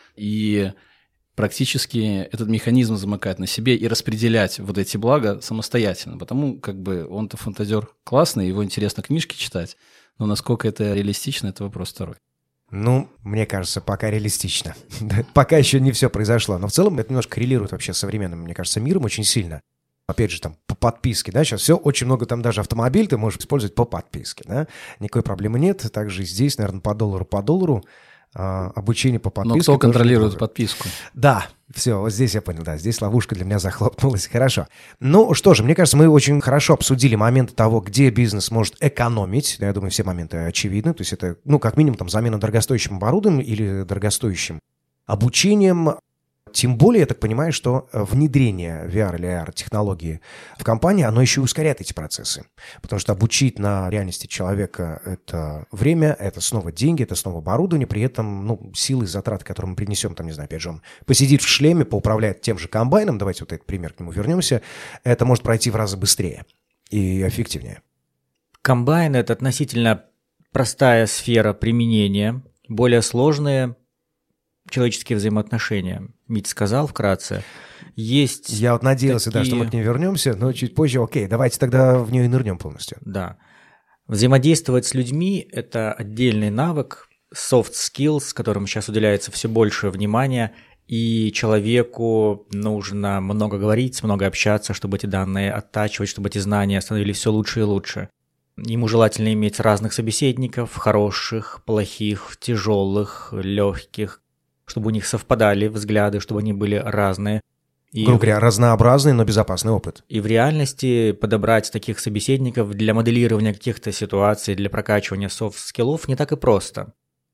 и практически этот механизм замыкать на себе и распределять вот эти блага самостоятельно. Потому как бы он-то фантазер классный, его интересно книжки читать, но насколько это реалистично, это вопрос второй. Ну, мне кажется, пока реалистично. Пока еще не все произошло. Но в целом это немножко коррелирует вообще с современным, мне кажется, миром очень сильно. Опять же, там, по подписке, да, сейчас все, очень много там даже автомобиль ты можешь использовать по подписке, да, никакой проблемы нет. Также здесь, наверное, по доллару, обучение по подписке. Но кто контролирует подписку? Да, все, вот здесь я понял, да, здесь ловушка для меня захлопнулась, хорошо. Ну что же, мне кажется, мы очень хорошо обсудили моменты того, где бизнес может экономить, я думаю, все моменты очевидны, то есть это, ну, как минимум, там, замена дорогостоящим оборудованием или дорогостоящим обучением. Тем более, я так понимаю, что внедрение VR или AR-технологии в компании, оно еще и ускоряет эти процессы. Потому что обучить на реальности человека – это время, это снова деньги, это снова оборудование. При этом, ну, силы и затраты, которые мы принесем, там, не знаю, опять же, он посидит в шлеме, поуправляет тем же комбайном, давайте вот этот пример к нему вернемся, это может пройти в разы быстрее и эффективнее. Комбайн – это относительно простая сфера применения, более сложные человеческие взаимоотношения. Митя сказал вкратце. Есть Я вот надеялся, такие... да, что мы к ней вернемся, но чуть позже, окей, давайте тогда в нее и нырнем полностью. Да. Взаимодействовать с людьми – это отдельный навык, soft skills, которому сейчас уделяется все больше внимания, и человеку нужно много говорить, много общаться, чтобы эти данные оттачивать, чтобы эти знания становились все лучше и лучше. Ему желательно иметь разных собеседников, хороших, плохих, тяжелых, легких, чтобы у них совпадали взгляды, чтобы они были разные. Грубо говоря, разнообразный, но безопасный опыт. И в реальности подобрать таких собеседников для моделирования каких-то ситуаций, для прокачивания софт-скиллов не так и просто.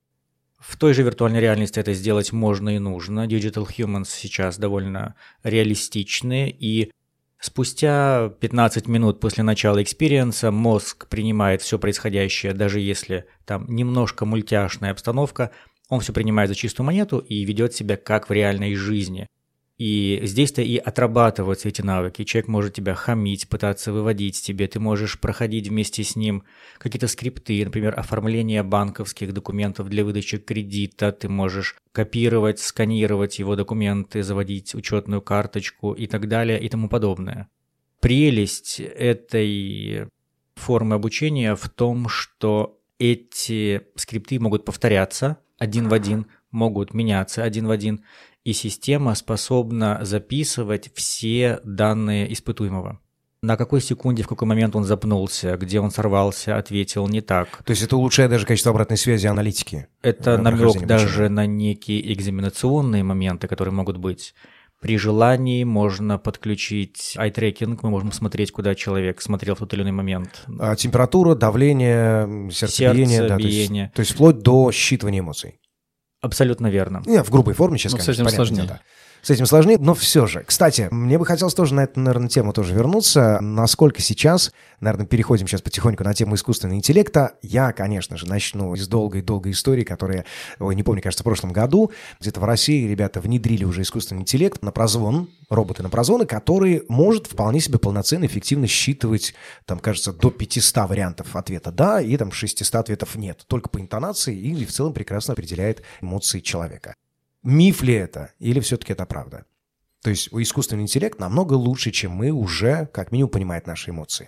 В той же виртуальной реальности это сделать можно и нужно. Digital Humans сейчас довольно реалистичны, и спустя 15 минут после начала экспириенса мозг принимает все происходящее, даже если там немножко мультяшная обстановка, он все принимает за чистую монету и ведет себя как в реальной жизни. И здесь-то и отрабатываются эти навыки. Человек может тебя хамить, пытаться выводить тебе. Ты можешь проходить вместе с ним какие-то скрипты, например, оформление банковских документов для выдачи кредита. Ты можешь копировать, сканировать его документы, заводить учетную карточку и так далее и тому подобное. Прелесть этой формы обучения в том, что эти скрипты могут повторяться один в один, могут меняться один в один, и система способна записывать все данные испытуемого. На какой секунде, в какой момент он запнулся, где он сорвался, ответил не так. То есть это улучшает даже качество обратной связи аналитики. Это намек даже на некие экзаменационные моменты, которые могут быть. При желании можно подключить eye-tracking, мы можем смотреть, куда человек смотрел в тот или иной момент. Температура, давление, сердцебиение. Сердцебиение. То есть вплоть до считывания эмоций. Абсолютно верно. Я в грубой форме сейчас, конечно, с этим сложнее. Да. С этим сложнее, но все же. Кстати, мне бы хотелось тоже на эту, наверное, тему тоже вернуться. Насколько сейчас, наверное, переходим сейчас потихоньку на тему искусственного интеллекта. Я, конечно же, начну из долгой-долгой истории, которая, не помню, кажется, в прошлом году, где-то в России ребята внедрили уже искусственный интеллект на прозвон, роботы на прозвоны, который может вполне себе полноценно, эффективно считывать, там, кажется, до 500 вариантов ответа «да» и там 600 ответов «нет». Только по интонации или в целом прекрасно определяет эмоции человека. Миф ли это, или все-таки это правда? То есть искусственный интеллект намного лучше, чем мы уже, как минимум, понимает наши эмоции.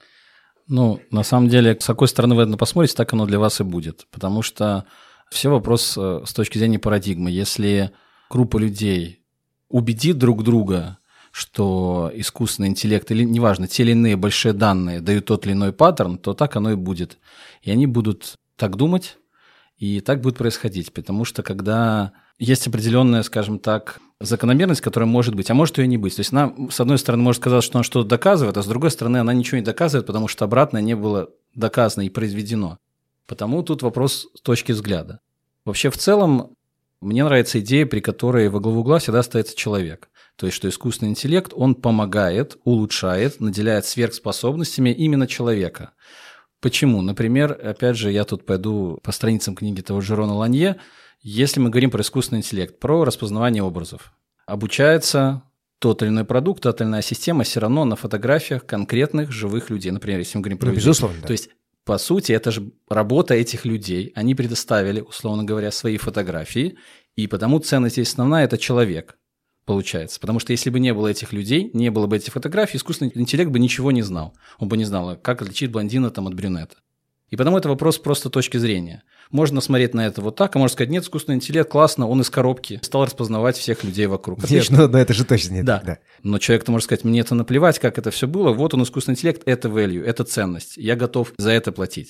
Ну, на самом деле, с какой стороны вы это посмотрите, так оно для вас и будет. Потому что все вопрос с точки зрения парадигмы. Если группа людей убедит друг друга, что искусственный интеллект, или неважно, те или иные большие данные дают тот или иной паттерн, то так оно и будет. И они будут так думать, и так будет происходить. Потому что когда есть определенная, скажем так, закономерность, которая может быть, а может ее не быть. То есть она, с одной стороны, может казаться, что она что-то доказывает, а с другой стороны, она ничего не доказывает, потому что обратное не было доказано и произведено. Потому тут вопрос с точки взгляда. Вообще, в целом, мне нравится идея, при которой во главу угла всегда ставится человек. То есть, что искусственный интеллект, он помогает, улучшает, наделяет сверхспособностями именно человека. Почему? Например, опять же, я тут пойду по страницам книги того же Жерона Ланье. Если мы говорим про искусственный интеллект, про распознавание образов, обучается тот или иной продукт, та или иная система все равно на фотографиях конкретных живых людей. Например, если мы говорим про людей. Безусловно, да. То есть, по сути, это же работа этих людей. Они предоставили, условно говоря, свои фотографии, и потому ценность здесь основная – это человек, получается. Потому что если бы не было этих людей, не было бы этих фотографий, искусственный интеллект бы ничего не знал. Он бы не знал, как отличить блондина там от брюнета. И потому это вопрос просто точки зрения. Можно смотреть на это вот так, а можно сказать, нет, искусственный интеллект, классно, он из коробки стал распознавать всех людей вокруг. Отлично. Нет, но это же точно нет. Да. Но человек-то может сказать, мне это наплевать, как это все было, вот он, искусственный интеллект, это value, это ценность, я готов за это платить.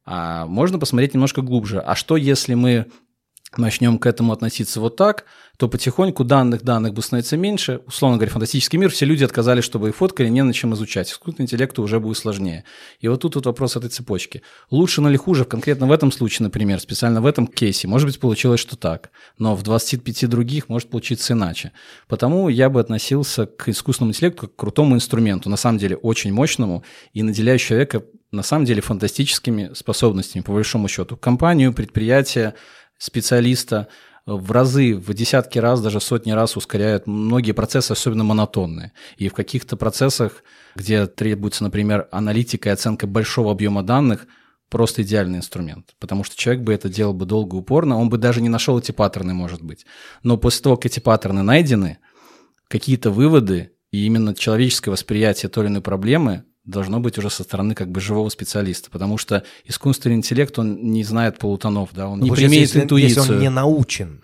А можно посмотреть немножко глубже. А что, если мы начнем к этому относиться вот так, то потихоньку данных будет становиться меньше. Условно говоря, фантастический мир, все люди отказались, чтобы их фоткали, не на чем изучать. Искусственному интеллекту уже будет сложнее. И вот тут вот вопрос этой цепочки. Лучше или хуже, конкретно в этом случае, например, специально в этом кейсе, может быть, получилось, что так, но в 25 других может получиться иначе. Потому я бы относился к искусственному интеллекту как к крутому инструменту, на самом деле очень мощному и наделяющему человека, на самом деле, фантастическими способностями, по большому счету. Компанию, предприятие, специалиста в разы, в десятки раз, даже сотни раз ускоряют многие процессы, особенно монотонные. И в каких-то процессах, где требуется, например, аналитика и оценка большого объема данных, просто идеальный инструмент. Потому что человек бы это делал бы долго и упорно, он бы даже не нашел эти паттерны, может быть. Но после того, как эти паттерны найдены, какие-то выводы и именно человеческое восприятие той или иной проблемы должно быть уже со стороны как бы живого специалиста, потому что искусственный интеллект, он не знает полутонов, да, он не примеет интуицию. Если он не научен.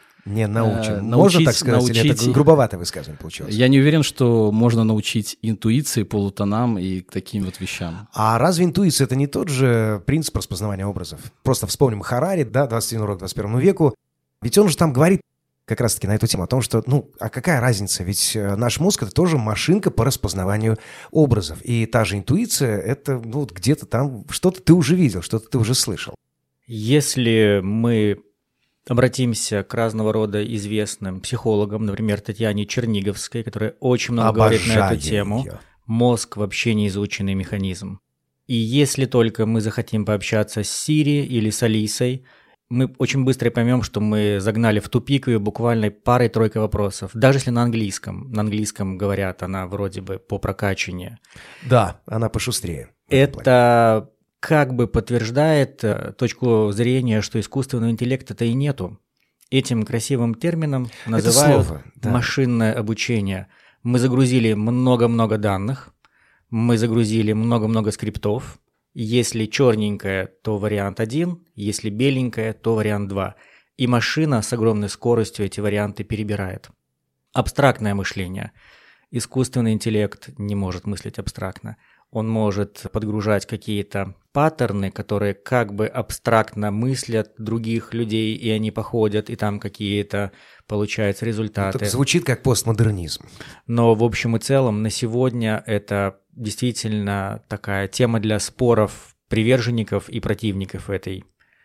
Можно так сказать, или это грубоватое высказывание получилось? Я не уверен, что можно научить интуиции, полутонам и таким вот вещам. А разве интуиция – это не тот же принцип распознавания образов? Просто вспомним Харари, да, 21 урок 21 веку. Ведь он же там говорит как раз-таки на эту тему о том, что, а какая разница? Ведь наш мозг – это тоже машинка по распознаванию образов. И та же интуиция – это где-то там что-то ты уже видел, что-то ты уже слышал. Если мы обратимся к разного рода известным психологам, например, Татьяне Черниговской, которая очень много говорит на эту тему, мозг вообще не изученный механизм. И если только мы захотим пообщаться с Сири или с Алисой, мы очень быстро поймем, что мы загнали в тупик ее буквально парой-тройкой вопросов. Даже если на английском говорят, она вроде бы по прокачанию. Да, она пошустрее. Это как бы подтверждает точку зрения, что искусственного интеллекта-то и нету. Этим красивым термином называют машинное обучение. Мы загрузили много-много данных, мы загрузили много-много скриптов. Если черненькое, то вариант 1, если беленькое, то вариант 2. И машина с огромной скоростью эти варианты перебирает. Абстрактное мышление. Искусственный интеллект не может мыслить абстрактно. он может подгружать какие-то паттерны, которые как бы абстрактно мыслят других людей, и они походят, и там какие-то получаются результаты. Это звучит как постмодернизм. Но в общем и целом на сегодня это действительно такая тема для споров приверженников и противников этой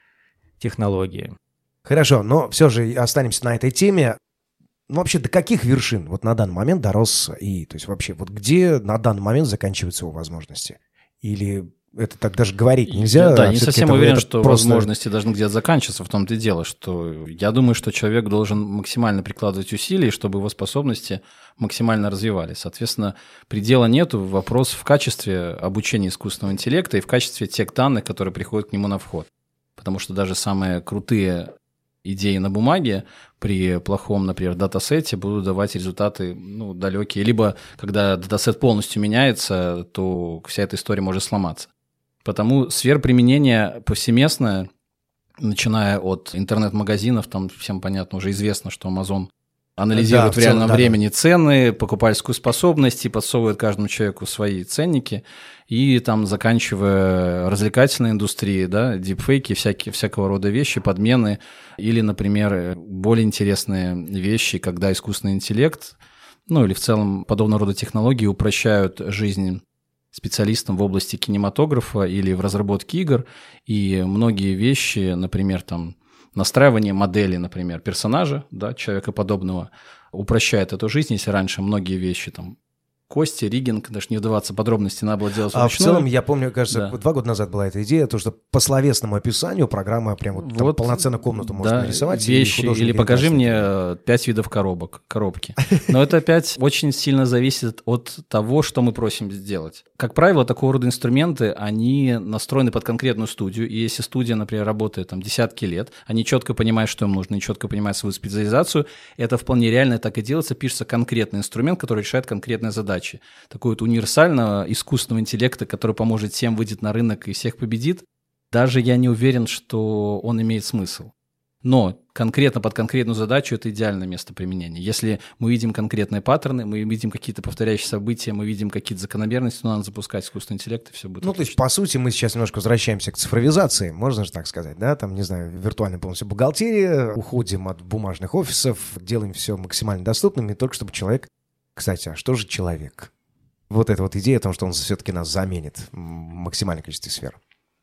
технологии. Хорошо, но все же останемся на этой теме. Ну, вообще, до каких вершин вот на данный момент дорос ИИ? То есть вообще, вот где на данный момент заканчиваются его возможности? Или это так даже говорить нельзя? Да, не совсем уверен, что просто... возможности должны где-то заканчиваться. В том-то и дело, что я думаю, что человек должен максимально прикладывать усилий, чтобы его способности максимально развивались. Соответственно, предела нету. Вопрос в качестве обучения искусственного интеллекта и в качестве тех данных, которые приходят к нему на вход. Потому что даже самые крутые идеи на бумаге при плохом, например, датасете будут давать результаты далекие. Либо, когда датасет полностью меняется, то вся эта история может сломаться. Потому сфера применения повсеместная, начиная от интернет-магазинов, там всем понятно, уже известно, что Amazon анализирует в реальном времени цены, покупательскую способность и подсовывает каждому человеку свои ценники, и там заканчивая развлекательной индустрией, да, дипфейки, всякого рода вещи, подмены, или, например, более интересные вещи, когда искусственный интеллект, или в целом подобного рода технологии упрощают жизнь специалистам в области кинематографа или в разработке игр, и многие вещи, например, там, настраивание модели, например, персонажа, да, человекоподобного, упрощает эту жизнь, если раньше многие вещи, там, кости, риггинг, даже не вдаваться в подробности, надо было делать вручную. В целом, я помню, кажется, 2 года назад была эта идея, то, что по словесному описанию программа прям вот полноценную комнату может нарисовать. Вещи, или покажи мне 5 видов коробки. Но это опять очень сильно зависит от того, что мы просим сделать. Как правило, такого рода инструменты, они настроены под конкретную студию, и если студия, например, работает там десятки лет, они четко понимают, что им нужно, и четко понимают свою специализацию, это вполне реально так и делается, пишется конкретный инструмент, который решает конкретные задачи. Такой вот универсального искусственного интеллекта, который поможет всем, выйдет на рынок и всех победит, даже я не уверен, что он имеет смысл. Но конкретно под конкретную задачу это идеальное место применения. Если мы видим конкретные паттерны, мы видим какие-то повторяющие события, мы видим какие-то закономерности, то надо запускать искусственный интеллект, и все будет отлично. То есть, по сути, мы сейчас немножко возвращаемся к цифровизации, можно же так сказать, да? Там, не знаю, виртуальная полностью бухгалтерия, уходим от бумажных офисов, делаем все максимально доступным, и только чтобы человек... Кстати, а что же человек? Вот эта вот идея о том, что он все-таки нас заменит в максимальном количестве сфер.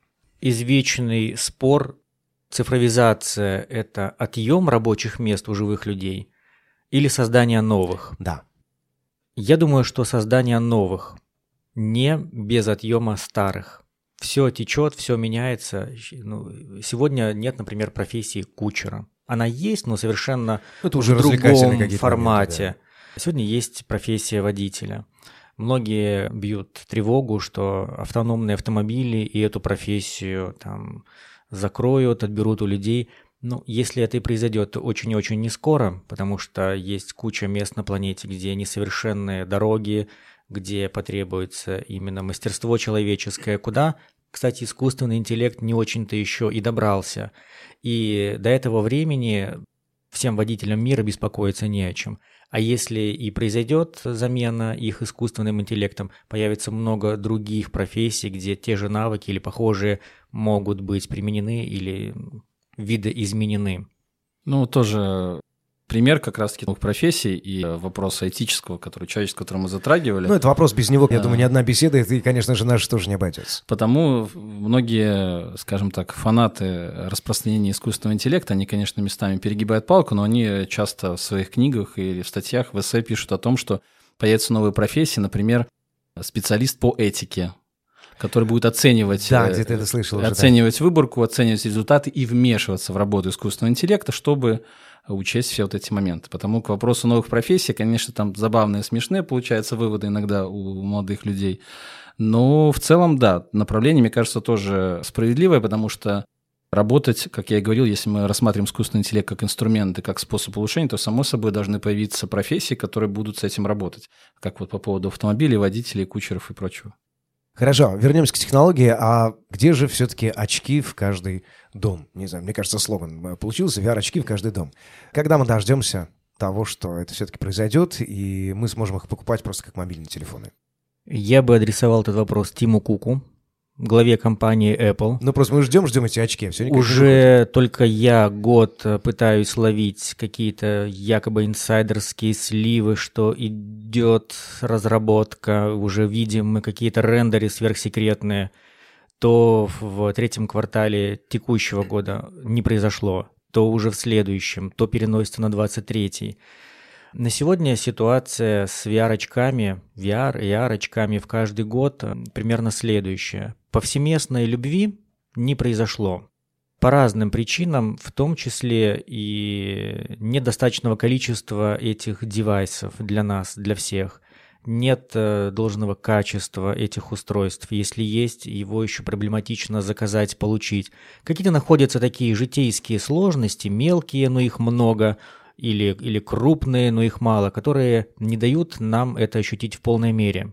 Извечный спор. Цифровизация – это отъем рабочих мест у живых людей или создание новых? Да. Я думаю, что создание новых, не без отъема старых. Все течет, все меняется. Сегодня нет, например, профессии кучера. Она есть, но совершенно в другом формате. Моменты, да. Сегодня есть профессия водителя. Многие бьют тревогу, что автономные автомобили и эту профессию там закроют, отберут у людей. Если это и произойдет, то очень и очень не скоро, потому что есть куча мест на планете, где несовершенные дороги, где потребуется именно мастерство человеческое, куда, кстати, искусственный интеллект не очень-то еще и добрался. И до этого времени всем водителям мира беспокоиться не о чем. А если и произойдет замена их искусственным интеллектом, появится много других профессий, где те же навыки или похожие могут быть применены или видоизменены. Тоже пример как раз-таки новых профессий и вопроса этического, человеческого, который мы затрагивали. Это вопрос, без него, я думаю, ни одна беседа, и, конечно же, наша тоже не обойдется. Потому многие, скажем так, фанаты распространения искусственного интеллекта, они, конечно, местами перегибают палку, но они часто в своих книгах или в статьях в эссе пишут о том, что появятся новые профессии, например, специалист по этике, который будет оценивать, где-то это слышал оценивать выборку, оценивать результаты и вмешиваться в работу искусственного интеллекта, чтобы учесть все вот эти моменты. Потому к вопросу новых профессий, конечно, там забавные, смешные получаются выводы иногда у молодых людей. Но в целом, да, направление, мне кажется, тоже справедливое, потому что работать, как я и говорил, если мы рассматриваем искусственный интеллект как инструмент и как способ улучшения, то, само собой, должны появиться профессии, которые будут с этим работать. Как вот по поводу автомобилей, водителей, кучеров и прочего. Хорошо, вернемся к технологии. А где же все-таки очки в каждый дом? Не знаю, мне кажется, слоган получился: VR-очки в каждый дом. Когда мы дождемся того, что это все-таки произойдет, и мы сможем их покупать просто как мобильные телефоны? Я бы адресовал этот вопрос Тиму Куку, главе компании Apple. Ну, просто мы ждем эти очки. Все Уже только я год пытаюсь ловить какие-то якобы инсайдерские сливы, что идет разработка, уже видим мы какие-то рендеры сверхсекретные, то в третьем квартале текущего года не произошло, то уже в следующем, то переносится на 23-й. На сегодня ситуация с VR-очками, VR и AR-очками в каждый год примерно следующая. Повсеместной любви не произошло. По разным причинам, в том числе и недостаточного количества этих девайсов для нас, для всех. Нет должного качества этих устройств. Если есть, его еще проблематично заказать, получить. Какие-то находятся такие житейские сложности, мелкие, но их много, или крупные, но их мало, которые не дают нам это ощутить в полной мере.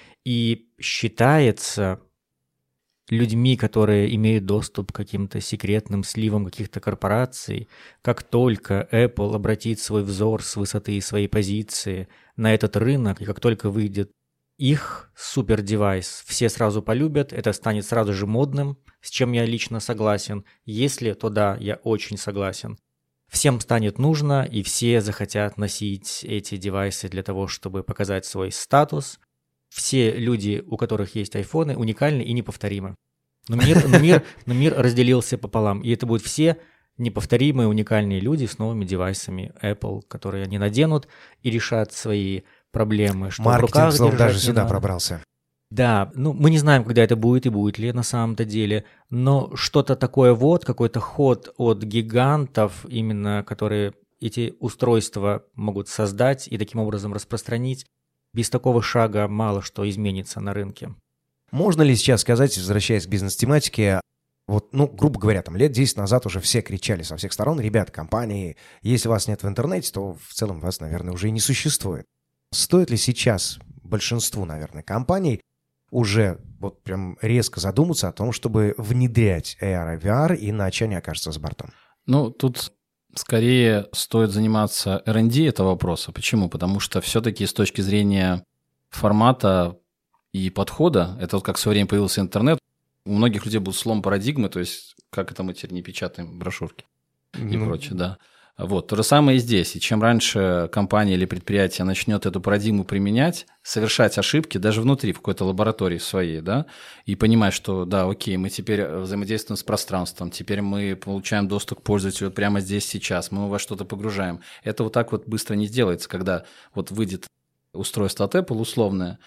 И считается людьми, которые имеют доступ к каким-то секретным сливам каких-то корпораций, как только Apple обратит свой взор с высоты своей позиции на этот рынок, и как только выйдет их супердевайс, все сразу полюбят, это станет сразу же модным, с чем я лично согласен. Если, то да, я очень согласен. Всем станет нужно, и все захотят носить эти девайсы для того, чтобы показать свой статус. Все люди, у которых есть айфоны, уникальны и неповторимы. Но мир разделился пополам, и это будут все неповторимые, уникальные люди с новыми девайсами Apple, которые они наденут и решат свои проблемы. Что маркетинг, в руках даже сюда пробрался. Да, мы не знаем, когда это будет и будет ли на самом-то деле, но что-то такое какой-то ход от гигантов, именно которые эти устройства могут создать и таким образом распространить, без такого шага мало что изменится на рынке. Можно ли сейчас сказать, возвращаясь к бизнес-тематике, грубо говоря, лет 10 назад уже все кричали со всех сторон: ребят, компании, если вас нет в интернете, то в целом вас, наверное, уже и не существует. Стоит ли сейчас большинству, наверное, компаний уже прям резко задуматься о том, чтобы внедрять AR и VR, иначе они окажутся за бортом? Тут скорее стоит заниматься R&D этого вопроса. Почему? Потому что все-таки с точки зрения формата и подхода, это как в свое время появился интернет, у многих людей был слом парадигмы, то есть как это мы теперь не печатаем брошюрки и прочее, да. То же самое и здесь. И чем раньше компания или предприятие начнет эту парадигму применять, совершать ошибки даже внутри, в какой-то лаборатории своей, да, и понимать, что да, окей, мы теперь взаимодействуем с пространством, теперь мы получаем доступ к пользователю прямо здесь, сейчас, мы его во что-то погружаем. Это так быстро не сделается, когда выйдет устройство от Apple условное,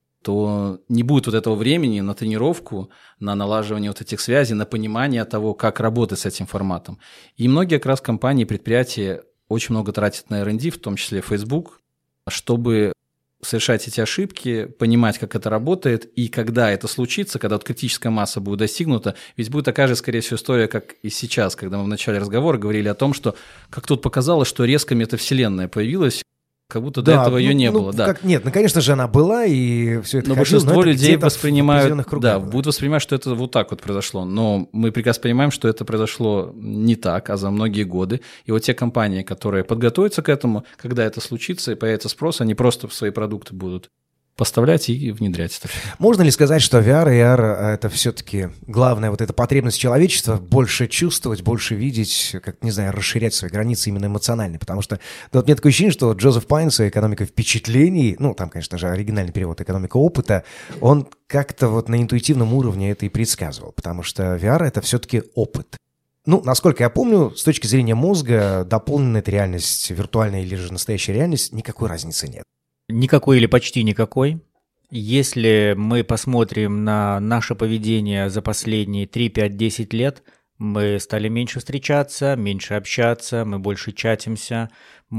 то не будет этого времени на тренировку, на налаживание этих связей, на понимание того, как работать с этим форматом. И многие как раз компании, предприятия очень много тратят на R&D, в том числе Facebook, чтобы совершать эти ошибки, понимать, как это работает, и когда это случится, когда критическая масса будет достигнута, ведь будет такая же, скорее всего, история, как и сейчас, когда мы в начале разговора говорили о том, что как тут показалось, что резко метавселенная появилась, как будто до этого ее не было. Да. Нет, конечно же, она была, и все это но большинство людей воспринимают, будут воспринимать, что это так произошло. Но мы прекрасно понимаем, что это произошло не так, а за многие годы. И те компании, которые подготовятся к этому, когда это случится и появится спрос, они просто свои продукты будут поставлять и внедрять это. Можно ли сказать, что VR и AR — это все-таки главная эта потребность человечества больше чувствовать, больше видеть, расширять свои границы именно эмоционально? Потому что мне такое ощущение, что Джозеф Пайнс «Экономика впечатлений», там, конечно же, оригинальный перевод «Экономика опыта», он как-то на интуитивном уровне это и предсказывал, потому что VR — это все-таки опыт. Насколько я помню, с точки зрения мозга, дополненная эта реальность, виртуальная или же настоящая реальность, никакой разницы нет. Никакой или почти никакой. Если мы посмотрим на наше поведение за последние 3, 5, 10 лет, мы стали меньше встречаться, меньше общаться, мы больше чатимся,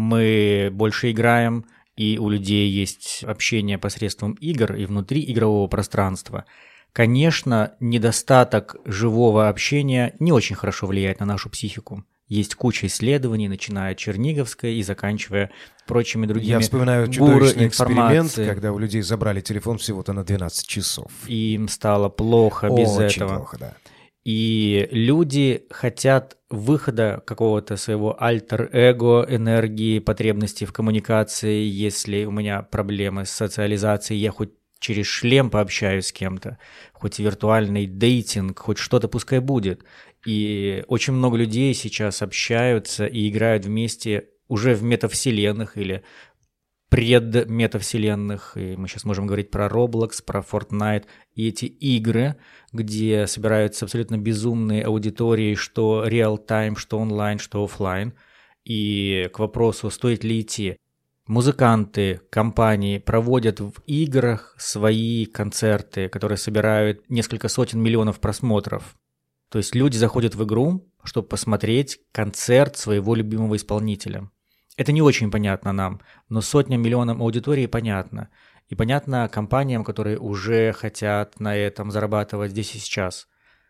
мы больше играем, и у людей есть общение посредством игр и внутри игрового пространства. Конечно, недостаток живого общения не очень хорошо влияет на нашу психику. Есть куча исследований, начиная от Черниговской и заканчивая прочими другими. Я вспоминаю чудовищный эксперимент, когда у людей забрали телефон всего-то на 12 часов. И им стало плохо без этого. Очень плохо, да. И люди хотят выхода какого-то своего альтер-эго, энергии, потребностей в коммуникации. Если у меня проблемы с социализацией, я хоть через шлем пообщаюсь с кем-то, хоть и виртуальный дейтинг, хоть что-то пускай будет. И очень много людей сейчас общаются и играют вместе уже в метавселенных или предметавселенных. И мы сейчас можем говорить про Roblox, про Fortnite. И эти игры, где собираются абсолютно безумные аудитории, что реал-тайм, что онлайн, что офлайн. И к вопросу, стоит ли идти. Музыканты, компании проводят в играх свои концерты, которые собирают несколько сотен миллионов просмотров. То есть люди заходят в игру, чтобы посмотреть концерт своего любимого исполнителя. Это не очень понятно нам, но сотням миллионам аудитории понятно. И понятно компаниям, которые уже хотят на этом зарабатывать здесь и сейчас.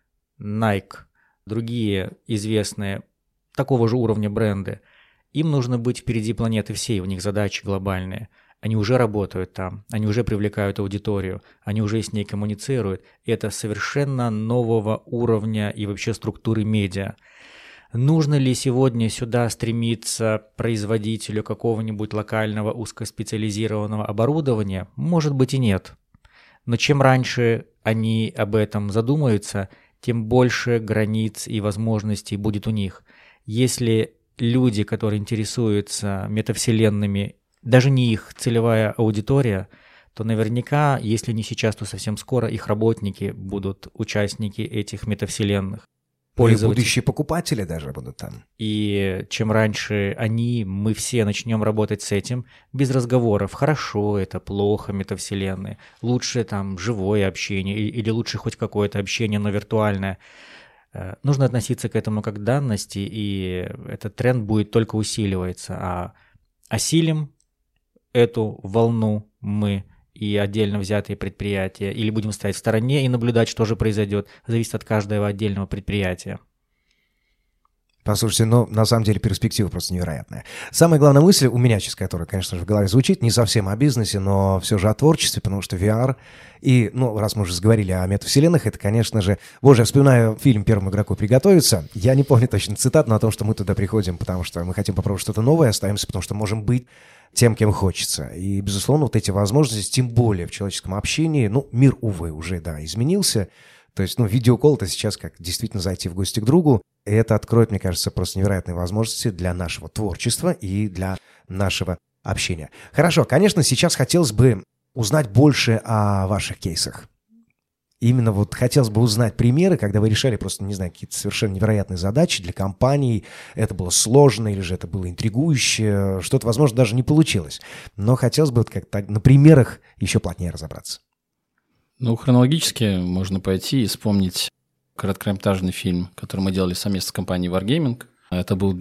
Nike, другие известные такого же уровня бренды. Им нужно быть впереди планеты всей, у них задачи глобальные. Они уже работают там, они уже привлекают аудиторию, они уже с ней коммуницируют. И это совершенно нового уровня и вообще структуры медиа. Нужно ли сегодня сюда стремиться производителю какого-нибудь локального узкоспециализированного оборудования? Может быть и нет. Но чем раньше они об этом задумаются, тем больше границ и возможностей будет у них. Если люди, которые интересуются метавселенными, даже не их целевая аудитория, то наверняка, если не сейчас, то совсем скоро их работники будут участники этих метавселенных. Будущие покупатели даже будут там. И чем раньше мы все начнем работать с этим, без разговоров, хорошо это, плохо, метавселенные, лучше там живое общение или лучше хоть какое-то общение, но виртуальное. Нужно относиться к этому как к данности, и этот тренд будет только усиливаться. А осилим эту волну мы и отдельно взятые предприятия, или будем стоять в стороне и наблюдать, что же произойдет, зависит от каждого отдельного предприятия. Послушайте, на самом деле перспектива просто невероятная. Самая главная мысль у меня сейчас, которая, конечно же, в голове звучит, не совсем о бизнесе, но все же о творчестве, потому что VR и, раз мы уже заговорили о метавселенных, это, конечно же, боже, я вспоминаю фильм «Первому игроку приготовиться». Я не помню точно цитат, но о том, что мы туда приходим, потому что мы хотим попробовать что-то новое, остаемся, потому что можем быть тем, кем хочется. И, безусловно, вот эти возможности, тем более в человеческом общении, мир, увы, уже, изменился. То есть, видеоколл — это сейчас как действительно зайти в гости к другу. И это откроет, мне кажется, просто невероятные возможности для нашего творчества и для нашего общения. Хорошо, конечно, сейчас хотелось бы узнать больше о ваших кейсах. Именно хотелось бы узнать примеры, когда вы решали просто, не знаю, какие-то совершенно невероятные задачи для компаний. Это было сложно или же это было интригующе. Что-то, возможно, даже не получилось. Но хотелось бы как-то на примерах еще плотнее разобраться. Хронологически можно пойти и вспомнить короткометражный фильм, который мы делали совместно с компанией Wargaming. Это был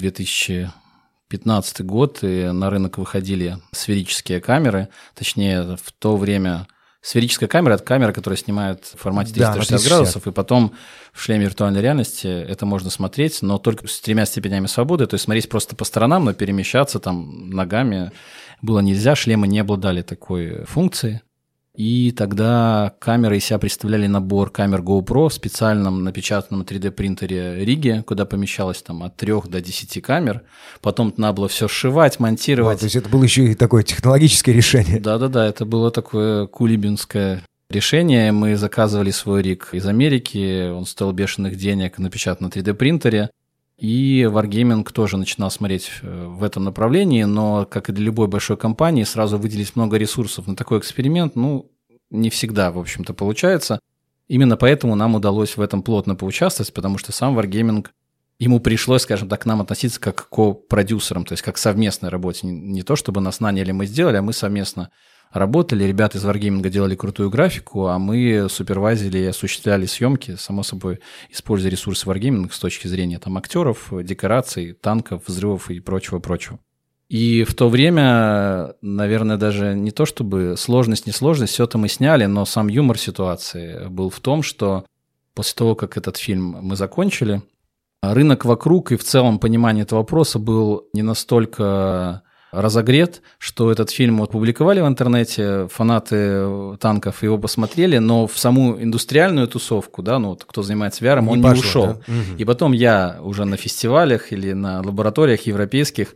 2015 год, и на рынок выходили сферические камеры. Точнее, в то время сферическая камера – это камера, которая снимает в формате 360 градусов, и потом в шлеме виртуальной реальности это можно смотреть, но только с 3 степенями свободы, то есть смотреть просто по сторонам, но перемещаться там ногами было нельзя, шлемы не обладали такой функцией. И тогда камеры из себя представляли набор камер GoPro в специальном напечатанном 3D-принтере Риге, куда помещалось там от 3 до 10 камер. Потом надо было все сшивать, монтировать. То есть это было еще и такое технологическое решение. Да-да-да, это было такое кулибинское решение. Мы заказывали свой риг из Америки, он стоил бешеных денег, напечатан на 3D-принтере. И Wargaming тоже начинал смотреть в этом направлении, но, как и для любой большой компании, сразу выделить много ресурсов на такой эксперимент, не всегда, в общем-то, получается. Именно поэтому нам удалось в этом плотно поучаствовать, потому что сам Wargaming, ему пришлось, скажем так, к нам относиться как к ко-продюсерам, то есть как к совместной работе. Не то, чтобы нас наняли, мы сделали, а мы совместно работали. Ребята из Wargaming делали крутую графику, а мы супервайзили и осуществляли съемки, само собой, используя ресурсы Wargaming с точки зрения актеров, декораций, танков, взрывов и прочего-прочего. И в то время, наверное, даже не то чтобы сложность, не сложность, все это мы сняли, но сам юмор ситуации был в том, что после того, как этот фильм мы закончили, рынок вокруг и в целом понимание этого вопроса был не настолько разогрет, что этот фильм опубликовали в интернете, фанаты танков его посмотрели, но в саму индустриальную тусовку, кто занимается VR, он не ушел. Да? И потом я уже на фестивалях или на лабораториях европейских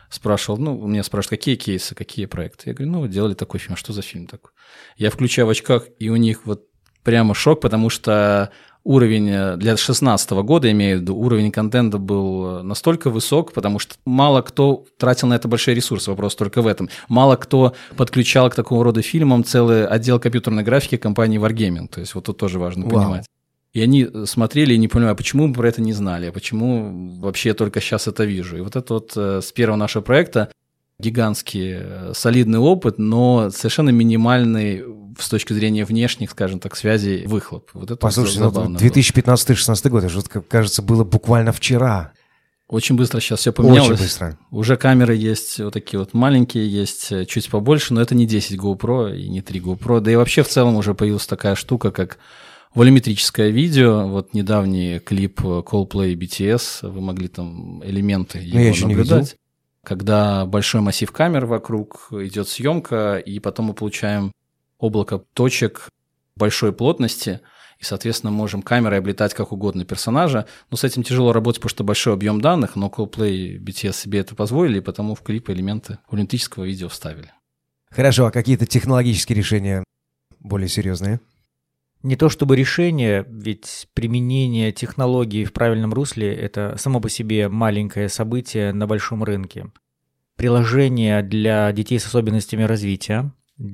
спрашивал, меня спрашивают, какие кейсы, какие проекты. Я говорю, делали такой фильм, а что за фильм такой? Я включаю в очках, и у них вот прямо шок, потому что уровень для 2016 года, имею в виду, уровень контента был настолько высок, потому что мало кто тратил на это большие ресурсы, вопрос только в этом. Мало кто подключал к такого рода фильмам целый отдел компьютерной графики компании Wargaming, то есть вот тут тоже важно понимать. И они смотрели и не понимали, почему мы про это не знали, а почему вообще я только сейчас это вижу. И вот это вот с первого нашего проекта гигантский, солидный опыт, но совершенно минимальный с точки зрения внешних, скажем так, связей выхлоп. Вот это послушайте, 2015-2016 год, это же, кажется, было буквально вчера. Очень быстро сейчас все поменялось. Очень быстро. Уже камеры есть вот такие вот маленькие, есть чуть побольше, но это не 10 GoPro и не 3 GoPro. Да и вообще в целом уже появилась такая штука, как волюметрическое видео. Вот недавний клип Coldplay BTS, вы могли там элементы его наблюдать. Когда большой массив камер вокруг, идет съемка, и потом мы получаем облако точек большой плотности, и, соответственно, можем камерой облетать как угодно персонажа. Но с этим тяжело работать, потому что большой объем данных, но Coldplay, BTS себе это позволили, и потому в клип элементы волюметрического видео вставили. Хорошо, а какие-то технологические решения более серьезные? Не то чтобы решение, ведь применение технологий в правильном русле – это само по себе маленькое событие на большом рынке. Приложение для детей с особенностями развития,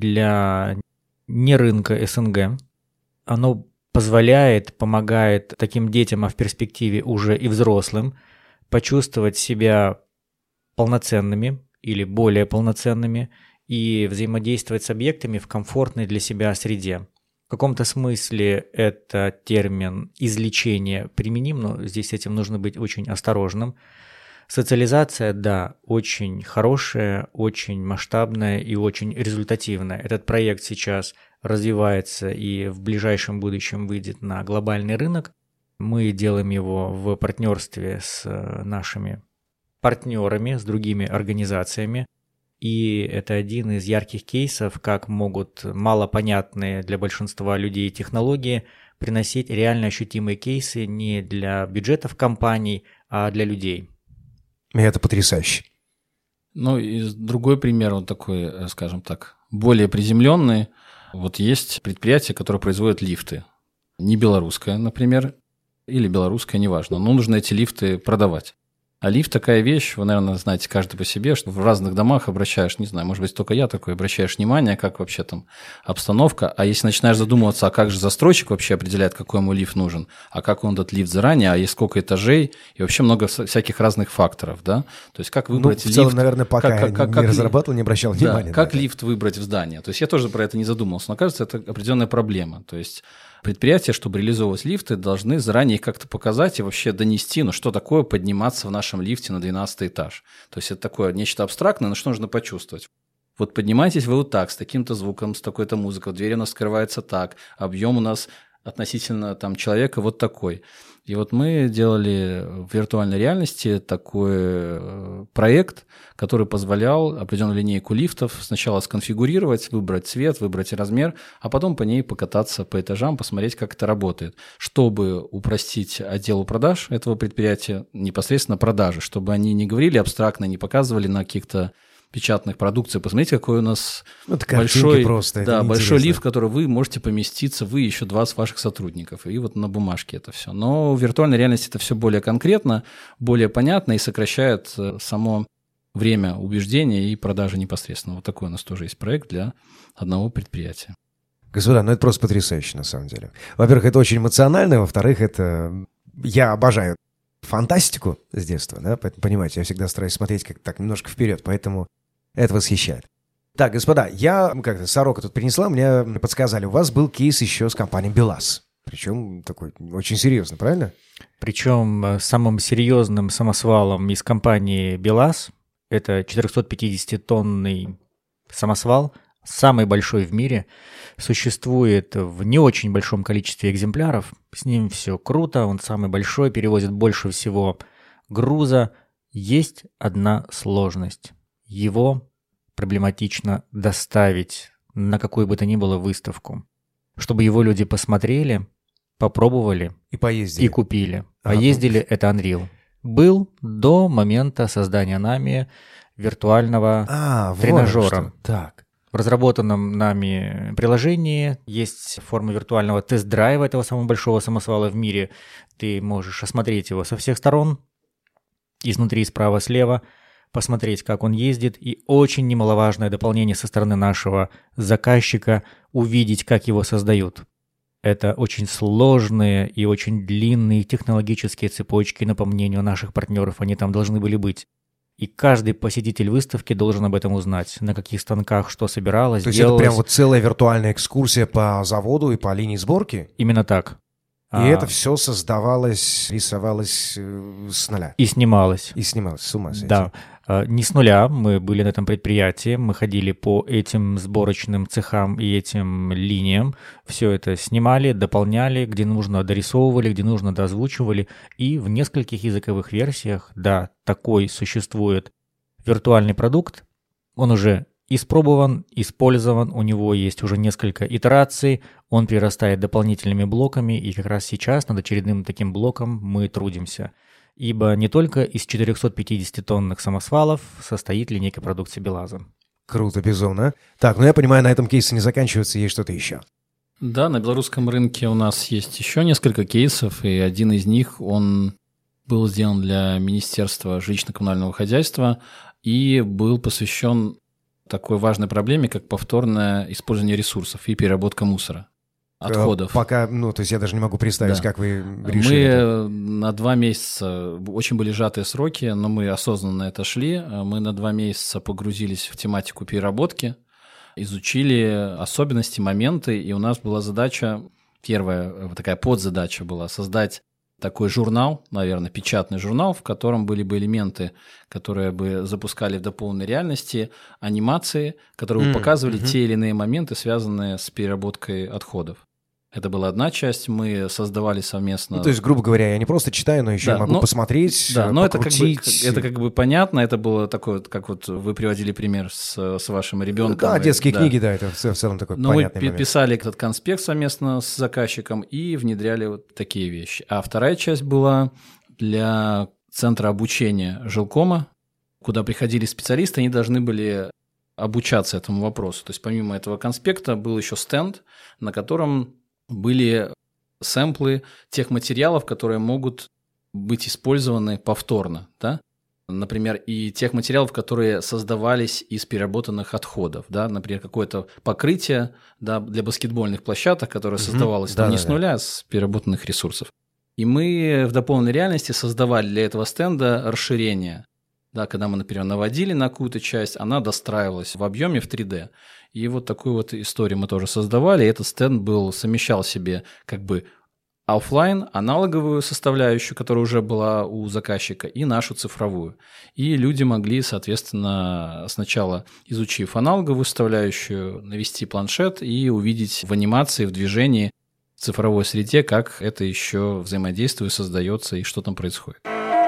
для не рынка СНГ, оно позволяет, помогает таким детям, а в перспективе уже и взрослым, почувствовать себя полноценными или более полноценными и взаимодействовать с объектами в комфортной для себя среде. В каком-то смысле это термин излечения применим, но здесь с этим нужно быть очень осторожным. Социализация, да, очень хорошая, очень масштабная и очень результативная. Этот проект сейчас развивается и в ближайшем будущем выйдет на глобальный рынок. Мы делаем его в партнерстве с нашими партнерами, с другими организациями. И это один из ярких кейсов, как могут малопонятные для большинства людей технологии приносить реально ощутимые кейсы не для бюджетов компаний, а для людей. И это потрясающе. И другой пример, вот такой, скажем так, более приземленный. Вот есть предприятие, которое производит лифты. Не белорусское, например, или белорусское, неважно, но нужно эти лифты продавать. А лифт такая вещь, вы, наверное, знаете каждый по себе, что в разных домах обращаешь, не знаю, может быть, только я такой, обращаешь внимание, как вообще там обстановка. А если начинаешь задумываться, а как же застройщик вообще определяет, какой ему лифт нужен, а как он этот лифт заранее, а есть сколько этажей, и вообще много всяких разных факторов, да? То есть как выбрать лифт. В целом, наверное, пока не разрабатывал, не обращал внимания. Как лифт выбрать в здании. То есть я тоже про это не задумывался, но кажется, это определенная проблема. То есть предприятия, чтобы реализовывать лифты, должны заранее их как-то показать и вообще донести, что такое подниматься в нашем лифте на 12 этаж. То есть это такое нечто абстрактное, но что нужно почувствовать. Вот поднимаетесь вы вот так, с таким-то звуком, с такой-то музыкой, дверь у нас скрывается так, объем у нас относительно человека вот такой. И вот мы делали в виртуальной реальности такой проект, который позволял определенную линейку лифтов сначала сконфигурировать, выбрать цвет, выбрать размер, а потом по ней покататься по этажам, посмотреть, как это работает, чтобы упростить отделу продаж этого предприятия непосредственно продажи, чтобы они не говорили абстрактно, не показывали на каких-то печатных продукций. Посмотрите, какой у нас большой лифт, в который вы можете поместиться, вы еще 20 ваших сотрудников. И вот на бумажке это все. Но в виртуальной реальности это все более конкретно, более понятно и сокращает само время убеждения и продажи непосредственно. Вот такой у нас тоже есть проект для одного предприятия. Господа, это просто потрясающе на самом деле. Во-первых, это очень эмоционально, во-вторых, я обожаю фантастику с детства, да, поэтому, понимаете, я всегда стараюсь смотреть как так немножко вперед, поэтому это восхищает. Так, господа, Сорока тут принесла, мне подсказали, у вас был кейс еще с компанией БелАЗ, причем такой очень серьезный, правильно? Причем самым серьезным самосвалом из компании БелАЗ, это 450-тонный самосвал, самый большой в мире, существует в не очень большом количестве экземпляров, с ним все круто, он самый большой, перевозит больше всего груза. Есть одна сложность. Его проблематично доставить на какую бы то ни было выставку, чтобы его люди посмотрели, попробовали и поездили. И купили. Поездили — это Unreal. Был до момента создания нами виртуального Вот тренажера. что. Так. В разработанном нами приложении есть форма виртуального тест-драйва этого самого большого самосвала в мире. Ты можешь осмотреть его со всех сторон, изнутри, справа, слева, посмотреть, как он ездит, и очень немаловажное дополнение со стороны нашего заказчика – увидеть, как его создают. Это очень сложные и очень длинные технологические цепочки, но по мнению наших партнеров, они там должны были быть. И каждый посетитель выставки должен об этом узнать, на каких станках что собиралось, То есть делалось. это прям вот целая виртуальная экскурсия по заводу и по линии сборки? Именно так. И это все создавалось, рисовалось с нуля? И снималось. И снималось, с ума сойти. Да, не с нуля, мы были на этом предприятии, мы ходили по этим сборочным цехам и этим линиям, все это снимали, дополняли, где нужно дорисовывали, где нужно доозвучивали, и в нескольких языковых версиях, да, такой существует виртуальный продукт, он уже испробован, использован, у него есть уже несколько итераций, он прирастает дополнительными блоками, и как раз сейчас над очередным таким блоком мы трудимся. Ибо не только из 450-тонных самосвалов состоит линейка продукции БелАЗа. Круто, безумно. Так, я понимаю, на этом кейсы не заканчиваются, есть что-то еще. Да, на белорусском рынке у нас есть еще несколько кейсов, и один из них, он был сделан для Министерства жилищно-коммунального хозяйства и был посвящен такой важной проблеме, как повторное использование ресурсов и переработка мусора, отходов. Пока, то есть я даже не могу представить, Да. как вы решили это. Мы на 2 месяца, очень были сжатые сроки, но мы осознанно это шли. Мы на 2 месяца погрузились в тематику переработки, изучили особенности, моменты, и у нас была задача, первая такая подзадача была создать такой журнал, наверное, печатный журнал, в котором были бы элементы, которые бы запускали в дополненной реальности, анимации, которые бы показывали те или иные моменты, связанные с переработкой отходов. Это была одна часть, мы создавали совместно. То есть, грубо говоря, я не просто читаю, но еще и могу посмотреть, да, но покрутить. это как бы понятно, это было такое, как вот вы приводили пример с вашим ребенком. Да, детские книги, да, это в целом такой понятный момент. Мы писали этот конспект совместно с заказчиком и внедряли вот такие вещи. А вторая часть была для центра обучения жилкома, куда приходили специалисты, они должны были обучаться этому вопросу. То есть помимо этого конспекта был еще стенд, на котором были сэмплы тех материалов, которые могут быть использованы повторно, да? Например, и тех материалов, которые создавались из переработанных отходов, да? Например, какое-то покрытие, да, для баскетбольных площадок, которое создавалось не с нуля, а с переработанных ресурсов. И мы в дополненной реальности создавали для этого стенда расширение. Да, когда мы, например, наводили на какую-то часть, она достраивалась в объеме в 3D. И вот такую вот историю мы тоже создавали. И этот стенд совмещал в себе как бы офлайн, аналоговую составляющую, которая уже была у заказчика, и нашу цифровую. И люди могли, соответственно, сначала, изучив аналоговую составляющую, навести планшет и увидеть в анимации, в движении, в цифровой среде, как это еще взаимодействует, создается и что там происходит.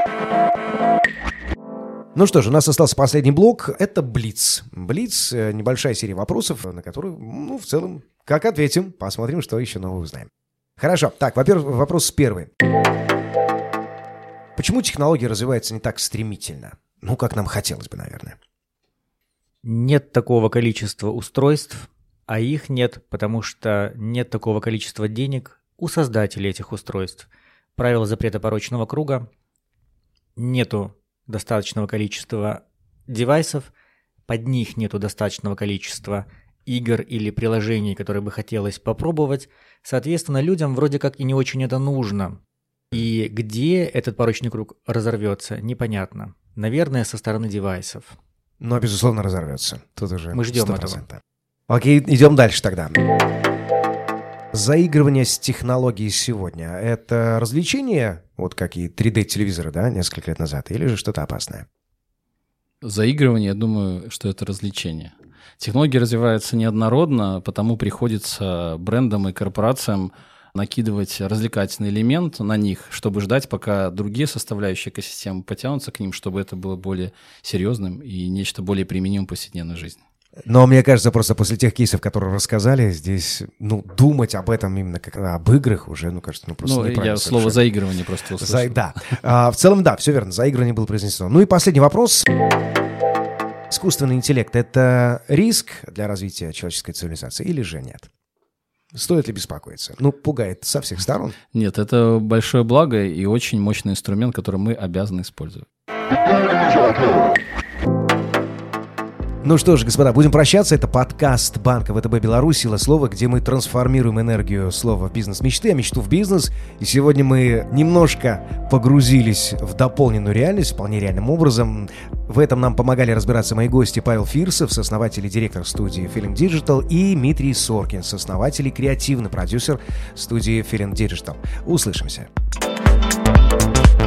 Ну что ж, у нас остался последний блок. Это Блиц. Блиц – небольшая серия вопросов, на которые, в целом, как ответим, посмотрим, что еще нового узнаем. Хорошо. Так, во-первых, вопрос первый. Почему технологии развиваются не так стремительно? Как нам хотелось бы, наверное. Нет такого количества устройств, а их нет, потому что нет такого количества денег у создателей этих устройств. Правило запрета порочного круга. Нету достаточного количества девайсов, под них нету достаточного количества игр или приложений, которые бы хотелось попробовать. Соответственно, людям вроде как и не очень это нужно. И где этот порочный круг разорвется, непонятно. Наверное, со стороны девайсов. Но, безусловно, разорвется. Тут уже мы ждем 100%. этого. Окей, идем дальше тогда. Заигрывание с технологией сегодня – это развлечение, вот как и 3D-телевизоры, да, несколько лет назад, или же что-то опасное? Заигрывание, я думаю, что это развлечение. Технологии развиваются неоднородно, потому приходится брендам и корпорациям накидывать развлекательный элемент на них, чтобы ждать, пока другие составляющие экосистемы потянутся к ним, чтобы это было более серьезным и нечто более применимым в повседневной жизни. Но мне кажется, просто после тех кейсов, которые рассказали, здесь, думать об этом именно как об играх уже, кажется, просто неправильно. Я слово «заигрывание» просто услышал. Да. В целом, да, все верно, заигрывание было произнесено. И последний вопрос. Искусственный интеллект – это риск для развития человеческой цивилизации или же нет? Стоит ли беспокоиться? Ну, пугает со всех сторон. Нет, это большое благо и очень мощный инструмент, который мы обязаны использовать. Ну что ж, господа, будем прощаться. Это подкаст Банка ВТБ Беларусь «Сила слова», где мы трансформируем энергию слова в бизнес-мечты, а мечту в бизнес. И сегодня мы немножко погрузились в дополненную реальность, вполне реальным образом. В этом нам помогали разбираться мои гости Павел Фирсов, сооснователь и директор студии Feeling Digital, и Дмитрий Соркин, сооснователь и креативный продюсер студии Feeling Digital. Услышимся.